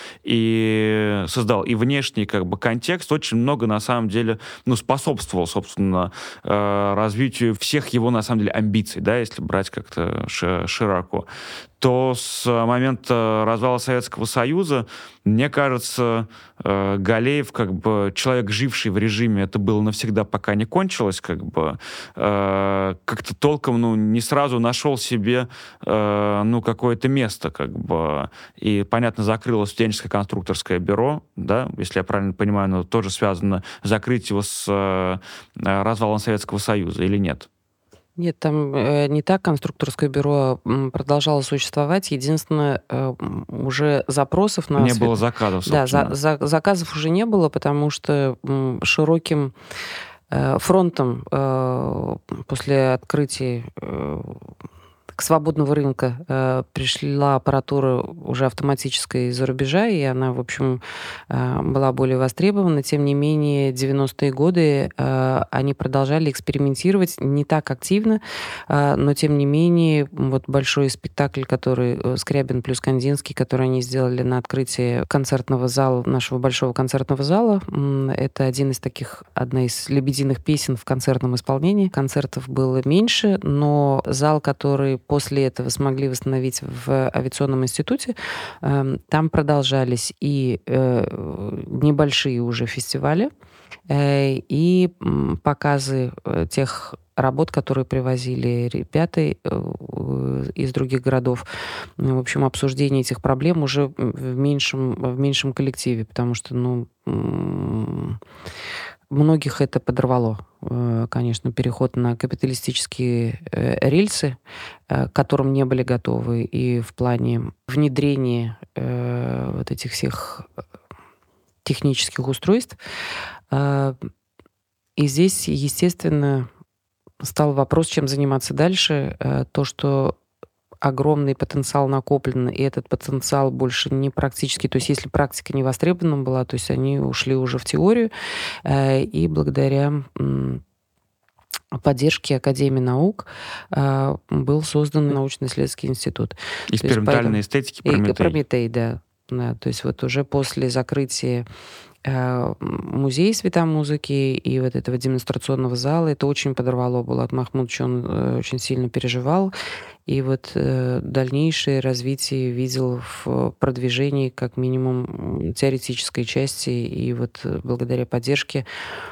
и создал. И внешний как бы контекст очень много, на самом деле, ну, способствовал, собственно, э, развитию всех его, на самом деле, амбиций, да, если брать как-то ши- широко, то с момента развала Советского Союза, мне кажется, э, Галеев, как бы человек, живший в режиме, это было навсегда, пока не кончилось, как бы, э, как-то толком, ну, не сразу нашел себе, э, ну, какое-то место, как бы, и, понятно, закрыло студенческое конструкторское бюро, да, если я правильно понимаю, оно тоже связано, закрыть его с э, развалом Советского Союза или нет? Нет, там э, не так конструкторское бюро м, продолжало существовать. Единственное, э, м, уже запросов на Не было свет... заказов, Да, за- собственно. за- заказов уже не было, потому что м, широким э, фронтом э, после открытия э, свободного рынка э, пришла аппаратура уже автоматическая из-за рубежа, и она, в общем, э, была более востребована. Тем не менее, девяностые годы э, они продолжали экспериментировать не так активно, э, но, тем не менее, вот большой спектакль, который э, «Скрябин плюс Кандинский», который они сделали на открытии концертного зала, нашего большого концертного зала, м, это один из таких, одна из лебединых песен в концертном исполнении. Концертов было меньше, но зал, который после этого смогли восстановить в авиационном институте, эм, там продолжались и э, небольшие уже фестивали, э, и м, показы э, тех работ, которые привозили ребята э, из других городов. Ну, в общем, обсуждение этих проблем уже в меньшем, в меньшем коллективе, потому что, ну, м, многих это подорвало. Э, Конечно, переход на капиталистические э, рельсы, э, к которым не были готовы, и в плане внедрения э, вот этих всех э, технических устройств. А, И здесь, естественно, стал вопрос, чем заниматься дальше. Э, То, что огромный потенциал накоплен, и этот потенциал больше не практически... То есть если практика не востребована была, то есть они ушли уже в теорию, э, и благодаря м, поддержке Академии наук а, был создан научно-исследовательский институт. То есть Экспериментальной поэтому... эстетики И Прометей. Прометей, да. Да, то есть вот уже после закрытия э, музея светомузыки и вот этого демонстрационного зала это очень подорвало Булат Махмудович, он э, очень сильно переживал. И вот э, дальнейшее развитие видел в продвижении как минимум м, теоретической части. И вот э, благодаря поддержке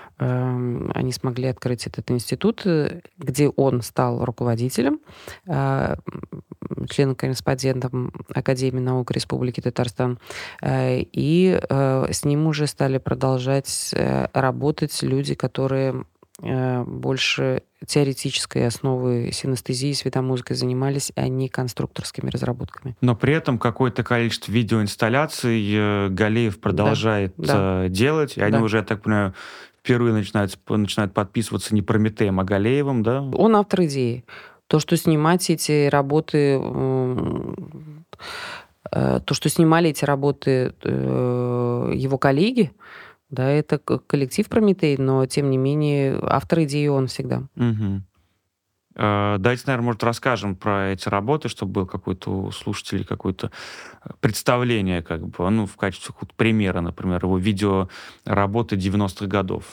эм, они смогли открыть этот институт, э, где он стал руководителем, а, м, членом-корреспондентом Академии наук Республики Татарстан. Э, И э, с ним уже стали продолжать э, работать люди, которые э, больше теоретической основой синестезии, светомузыкой занимались, а не конструкторскими разработками. Но при этом какое-то количество видеоинсталляций э, Галеев Да, продолжает да, э, делать, и они да. уже, я так понимаю, впервые начинают, сп- начинают подписываться не Прометеем, а Галеевым, да? Он автор идеи. То, что снимать эти работы, м, э, то, что снимали эти работы э, его коллеги, да, это к- коллектив Прометей, но тем не менее автор идеи он всегда. Мгм. Э, Давайте, наверное, может, расскажем про эти работы, чтобы был какой-то у слушателей какое-то э, представление, как бы, ну, в качестве какого-то примера, например, его видеоработы девяностых годов.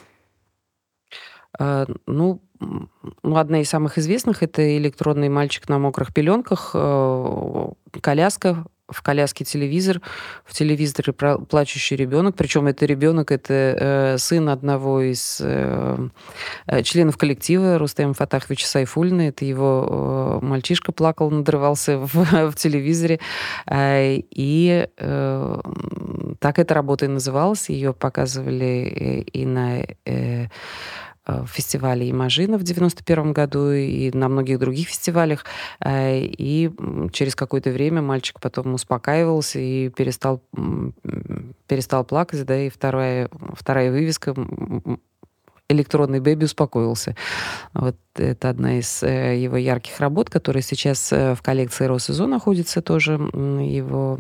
А, Ну, м, ну, одна из самых известных это электронный мальчик на мокрых пеленках, э, коляска в коляске телевизор, в телевизоре плачущий ребенок, причем это ребенок, это э, сын одного из э, членов коллектива Рустема Фатаховича Сайфуллина, это его э, мальчишка плакал, надрывался в, в телевизоре, э, и э, так эта работа и называлась, ее показывали и на э, в фестивале «Имажина» в девяносто первом году и на многих других фестивалях. И через какое-то время мальчик потом успокаивался и перестал, перестал плакать, да, и вторая, вторая вывеска «Электронный бэби» успокоился. Вот это одна из его ярких работ, которая сейчас в коллекции Росс.И.З.О. находится тоже, его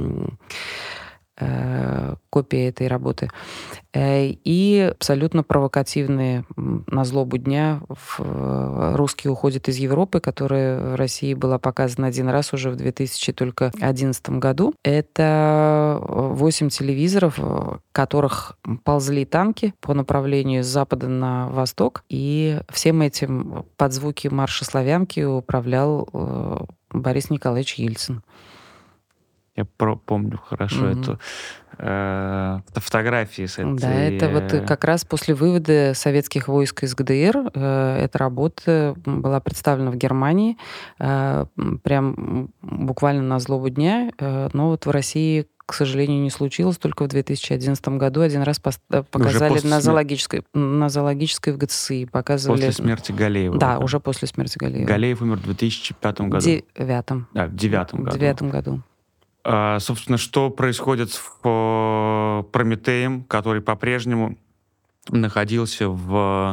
копия этой работы. И абсолютно провокативные «На злобу дня» «Русские уходят из Европы», которая в России была показана один раз уже в две тысячи одиннадцатом году. Это восемь телевизоров, в которых ползли танки по направлению с запада на восток. И всем этим под звуки марша славянки управлял Борис Николаевич Ельцин. Я про- помню хорошо mm-hmm. эту э, фотографии с этой... Да, это вот как раз после вывода советских войск из ГДР э, эта работа была представлена в Германии э, прям буквально на злобу дня, э, но вот в России, к сожалению, не случилось. Только в две тысячи одиннадцатом году один раз пос- показали на зоологической, на зоологической в ГЦСИ. Показывали... После смерти Галеева. Да, уже после смерти Галеева. Галеев умер в две тысячи пятом году. Девятом. Да, в девятом году. В девятом году. А, собственно, что происходит с Прометеем, который по-прежнему находился в,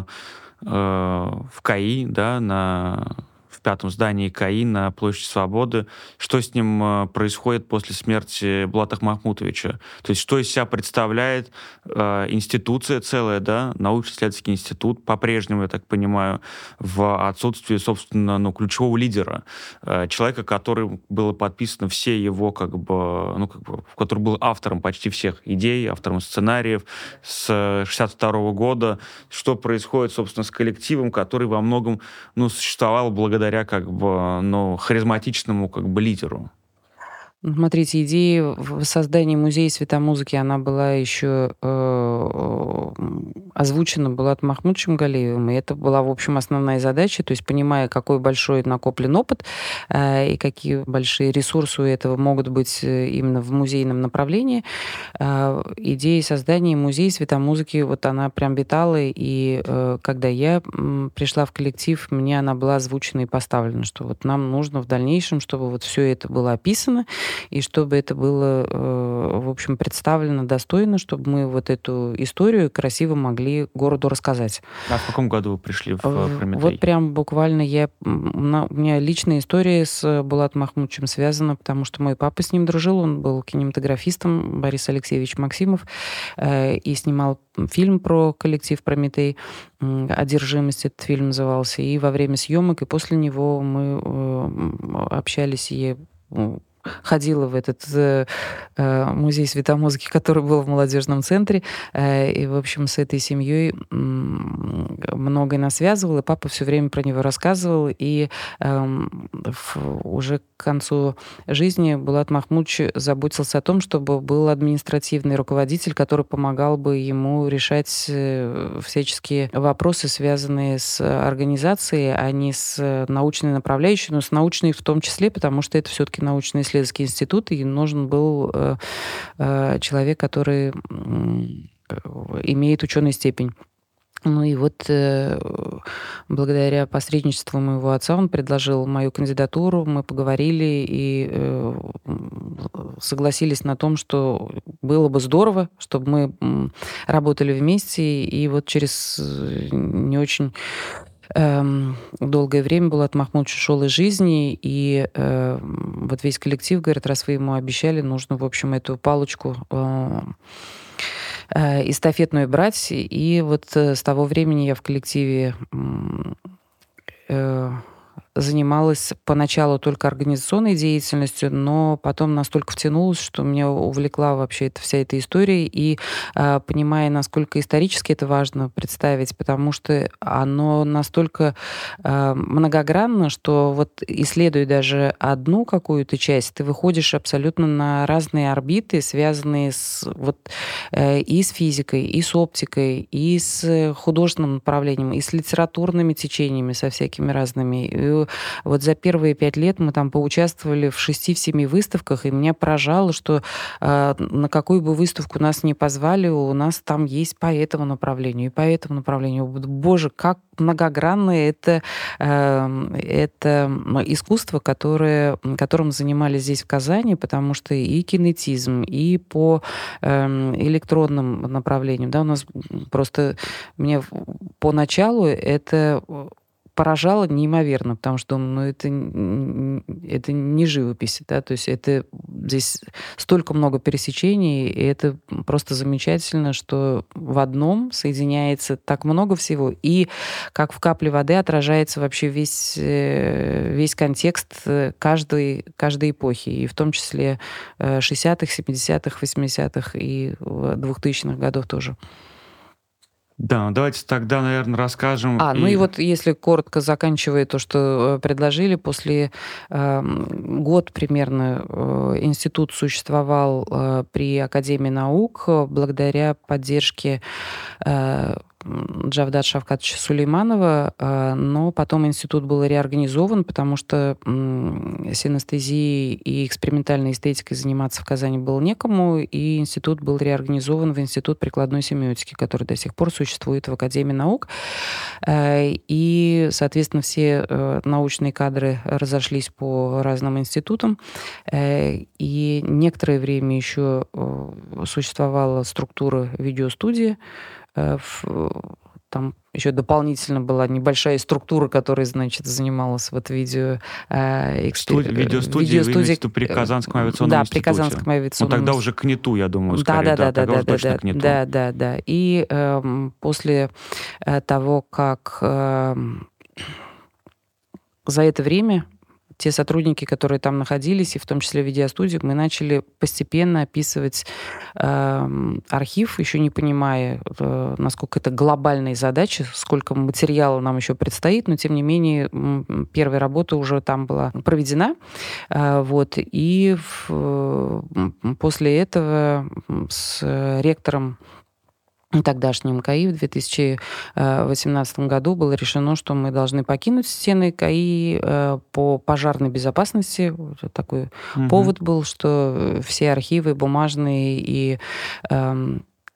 в КАИ, да, на, в пятом здании КАИ на площади Свободы. Что с ним происходит после смерти Булата Махмутовича? То есть что из себя представляет э, институция целая, да, научно-исследовательский институт, по-прежнему, я так понимаю, в отсутствии, собственно, ну, ключевого лидера, э, человека, который было подписано все его, как бы, ну, как бы, который был автором почти всех идей, автором сценариев с шестьдесят второго года. Что происходит, собственно, с коллективом, который во многом, ну, существовал благодаря как бы, ну, харизматичному как бы лидеру? Смотрите, идея в создании музея светомузыки, она была еще э, озвучена Булатом Махмутовичем Галеевым, и это была, в общем, основная задача, то есть понимая, какой большой накоплен опыт э, и какие большие ресурсы у этого могут быть именно в музейном направлении, э, идея создания музея светомузыки, вот она прям витала, и э, когда я м, пришла в коллектив, мне она была озвучена и поставлена, что вот нам нужно в дальнейшем, чтобы вот все это было описано, и чтобы это было, в общем, представлено достойно, чтобы мы вот эту историю красиво могли городу рассказать. А в каком году вы пришли в Прометей? Вот прям буквально я... У меня личная история с Булатом Махмутовичем связана, потому что мой папа с ним дружил, он был кинематографистом, Борис Алексеевич Максимов, и снимал фильм про коллектив «Прометей», «Одержимость» этот фильм назывался, и во время съемок, и после него мы общались, и ходила в этот э, музей светомузыки, который был в молодежном центре. Э, и, в общем, с этой семьей м- многое нас связывало. И папа все время про него рассказывал. И э, в, уже к концу жизни Булат Махмутович заботился о том, чтобы был административный руководитель, который помогал бы ему решать всяческие вопросы, связанные с организацией, а не с научной направляющей, но с научной в том числе, потому что это все-таки научно-исследовательский институт, и нужен был э, э, человек, который э, имеет ученую степень. Ну и вот э, благодаря посредничеству моего отца он предложил мою кандидатуру, мы поговорили и э, согласились на том, что было бы здорово, чтобы мы работали вместе, и вот через не очень долгое время Булат Махмутович ушел из жизни, и э, вот весь коллектив говорит, раз вы ему обещали, нужно, в общем, эту палочку э, э, эстафетную брать. И вот э, с того времени я в коллективе э, занималась поначалу только организационной деятельностью, но потом настолько втянулась, что меня увлекла вообще эта, вся эта история. И э, понимая, насколько исторически это важно представить, потому что оно настолько э, многогранно, что вот исследуя даже одну какую-то часть, ты выходишь абсолютно на разные орбиты, связанные с, вот, э, и с физикой, и с оптикой, и с художественным направлением, и с литературными течениями, со всякими разными. И вот за первые пять лет мы там поучаствовали в шести-семи выставках, и меня поражало, что э, на какую бы выставку нас ни позвали, у нас там есть по этому направлению и по этому направлению. Боже, как многогранно это, э, это искусство, которое, которым занимались здесь, в Казани, потому что и кинетизм, и по э, электронным направлениям. Да, у нас просто мне поначалу это поражало неимоверно, потому что, ну, это, это не живопись, да, то есть это здесь столько много пересечений, и это просто замечательно, что в одном соединяется так много всего, и как в капле воды отражается вообще весь, весь контекст каждой, каждой эпохи, и в том числе шестидесятых, семидесятых, восьмидесятых и двухтысячных годов тоже. Да, давайте тогда, наверное, расскажем. А, и... ну и вот если коротко заканчивая то, что предложили, после э, год примерно э, институт существовал э, при Академии наук благодаря поддержке э, Джавдата Шавкатовича Сулейманова, но потом институт был реорганизован, потому что синестезией и экспериментальной эстетикой заниматься в Казани было некому, и институт был реорганизован в Институт прикладной семиотики, который до сих пор существует в Академии наук. И, соответственно, все научные кадры разошлись по разным институтам, и некоторое время еще существовала структура видеостудии. Там еще дополнительно была небольшая структура, которая, значит, занималась вот видео... Э, экспер... Студи... Видеостудии, видеостудии... вы имеете в виду при Казанском авиационном да, институте? при Казанском авиационном институте. Ну, тогда уже к НИТу, я думаю, скорее. Да, Да, да, да, тогда да, уже да, точно да, к НИТу. да, да, да. И э, после того, как э, за это время те сотрудники, которые там находились, и в том числе в видеостудии, мы начали постепенно описывать э, архив, еще не понимая, э, насколько это глобальные задачи, сколько материала нам еще предстоит, но тем не менее первая работа уже там была проведена. Э, вот, и в, после этого с ректором тогдашнем КАИ в две тысячи восемнадцатом году было решено, что мы должны покинуть стены КАИ э, по пожарной безопасности. Вот такой угу. повод был, что все архивы бумажные и, э,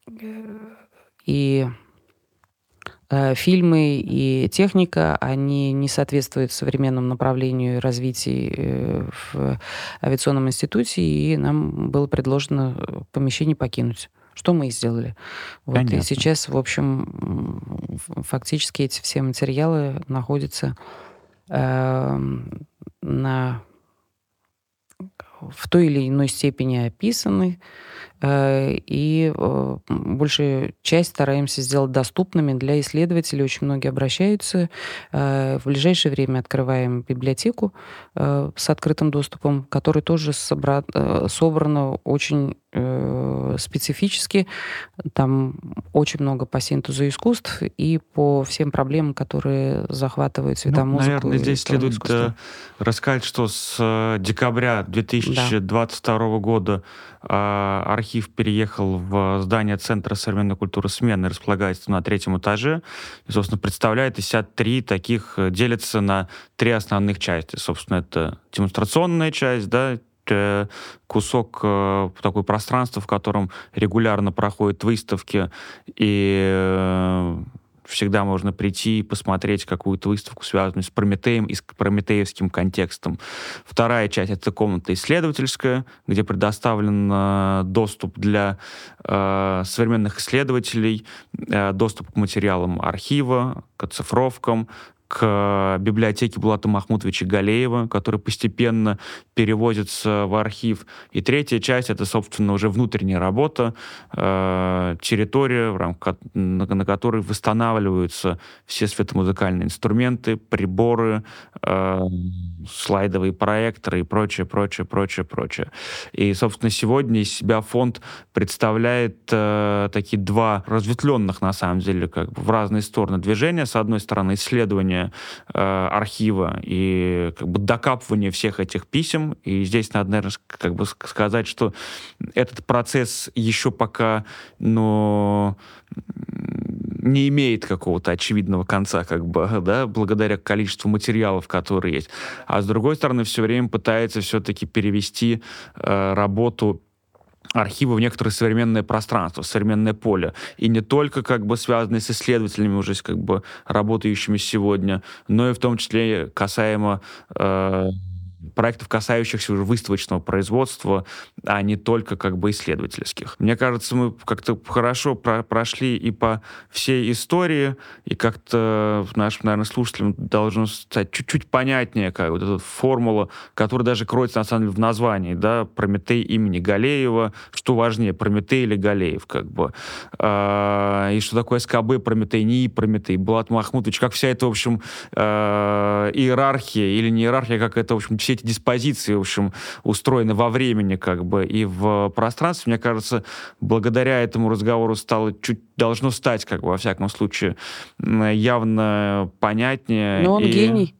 и э, фильмы и техника, они не соответствуют современному направлению развития в авиационном институте, и нам было предложено помещение покинуть. Что мы и сделали. Вот, и сейчас, в общем, фактически эти все материалы находятся э, на, в той или иной степени описаны, э, и э, большую часть стараемся сделать доступными для исследователей. Очень многие обращаются. Э, в ближайшее время открываем библиотеку э, с открытым доступом, которая тоже собра- э, собрана очень специфически. Там очень много по синтезу искусств и по всем проблемам, которые захватывают цветомузыку. Ну, наверное, здесь следует искусство. рассказать, что с декабря две тысячи двадцать второго да. года э, архив переехал в здание Центра современной культуры «Смена» и располагается на третьем этаже. И, собственно, представляет из себя три таких, делятся на три основных части. Собственно, это демонстрационная часть, да, кусок, такое пространство, в котором регулярно проходят выставки, и всегда можно прийти и посмотреть какую-то выставку, связанную с Прометеем и с прометеевским контекстом. Вторая часть — это комната исследовательская, где предоставлен доступ для э, современных исследователей, э, доступ к материалам архива, к оцифровкам, к библиотеке Булата Махмутовича Галеева, который постепенно переводится в архив. И третья часть — это, собственно, уже внутренняя работа, э, территория, в рамках, на, на которой восстанавливаются все светомузыкальные инструменты, приборы, э, слайдовые проекторы и прочее, прочее, прочее, прочее. И, собственно, сегодня из себя фонд представляет э, такие два разветвленных, на самом деле, как бы в разные стороны движения. С одной стороны, исследование э, архива и как бы докапывание всех этих писем. И здесь надо, наверное, как бы сказать, что этот процесс еще пока, ну, не имеет какого-то очевидного конца, как бы, да, благодаря количеству материалов, которые есть. А с другой стороны, все время пытается все-таки перевести э, работу архива в некоторое современное пространство, современное поле. И не только как бы связанные с исследователями, уже как бы работающими сегодня, но и в том числе касаемо э, проектов, касающихся уже выставочного производства, а не только как бы исследовательских. Мне кажется, мы как-то хорошо про- прошли и по всей истории, и как-то нашим, наверное, слушателям должно стать чуть-чуть понятнее, как вот эта формула, которая даже кроется, на самом деле, в названии, да, Прометей имени Галеева, что важнее, Прометей или Галеев, как бы. А, и что такое СКБ Прометей, НИИ Прометей, Булат Махмутович, как вся эта, в общем, а, иерархия или не иерархия, как это, в общем, все эти диспозиции, в общем, устроены во времени, как бы, и в пространстве. Мне кажется, благодаря этому разговору стало чуть, должно стать, как бы, во всяком случае, явно понятнее. Но он и... гений.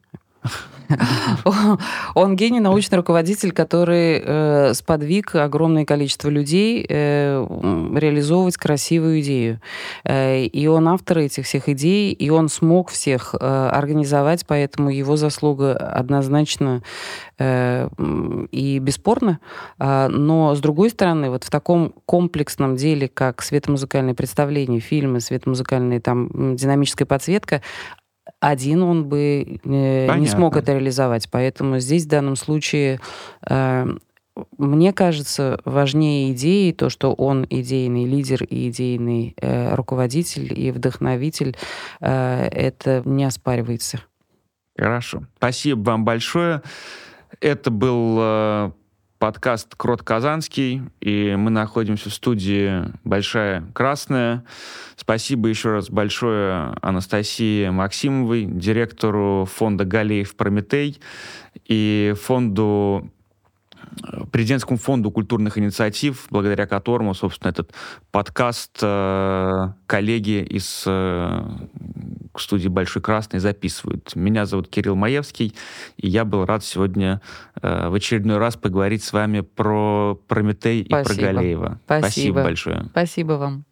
Он гений, научный руководитель, который э, сподвиг огромное количество людей э, реализовывать красивую идею. Э, и он автор этих всех идей, и он смог всех э, организовать, поэтому его заслуга однозначно э, и бесспорна. А, но, с другой стороны, вот в таком комплексном деле, как светомузыкальные представления, фильмы, светомузыкальная там динамическая подсветка, один он бы э, не смог это реализовать. Поэтому здесь в данном случае, э, мне кажется, важнее идеи, то, что он идейный лидер и идейный э, руководитель и вдохновитель, э, это не оспаривается. Хорошо. Спасибо вам большое. Это был э, подкаст «Крот Казанский», и мы находимся в студии «Большая Красная». Спасибо еще раз большое Анастасии Максимовой, директору фонда «Галеев Прометей» и фонду, президентскому фонду культурных инициатив, благодаря которому, собственно, этот подкаст э, коллеги из э, студии «Большой Красной» записывают. Меня зовут Кирилл Маевский, и я был рад сегодня э, в очередной раз поговорить с вами про Прометей и Спасибо. про Галеева. Спасибо. Спасибо большое. Спасибо вам.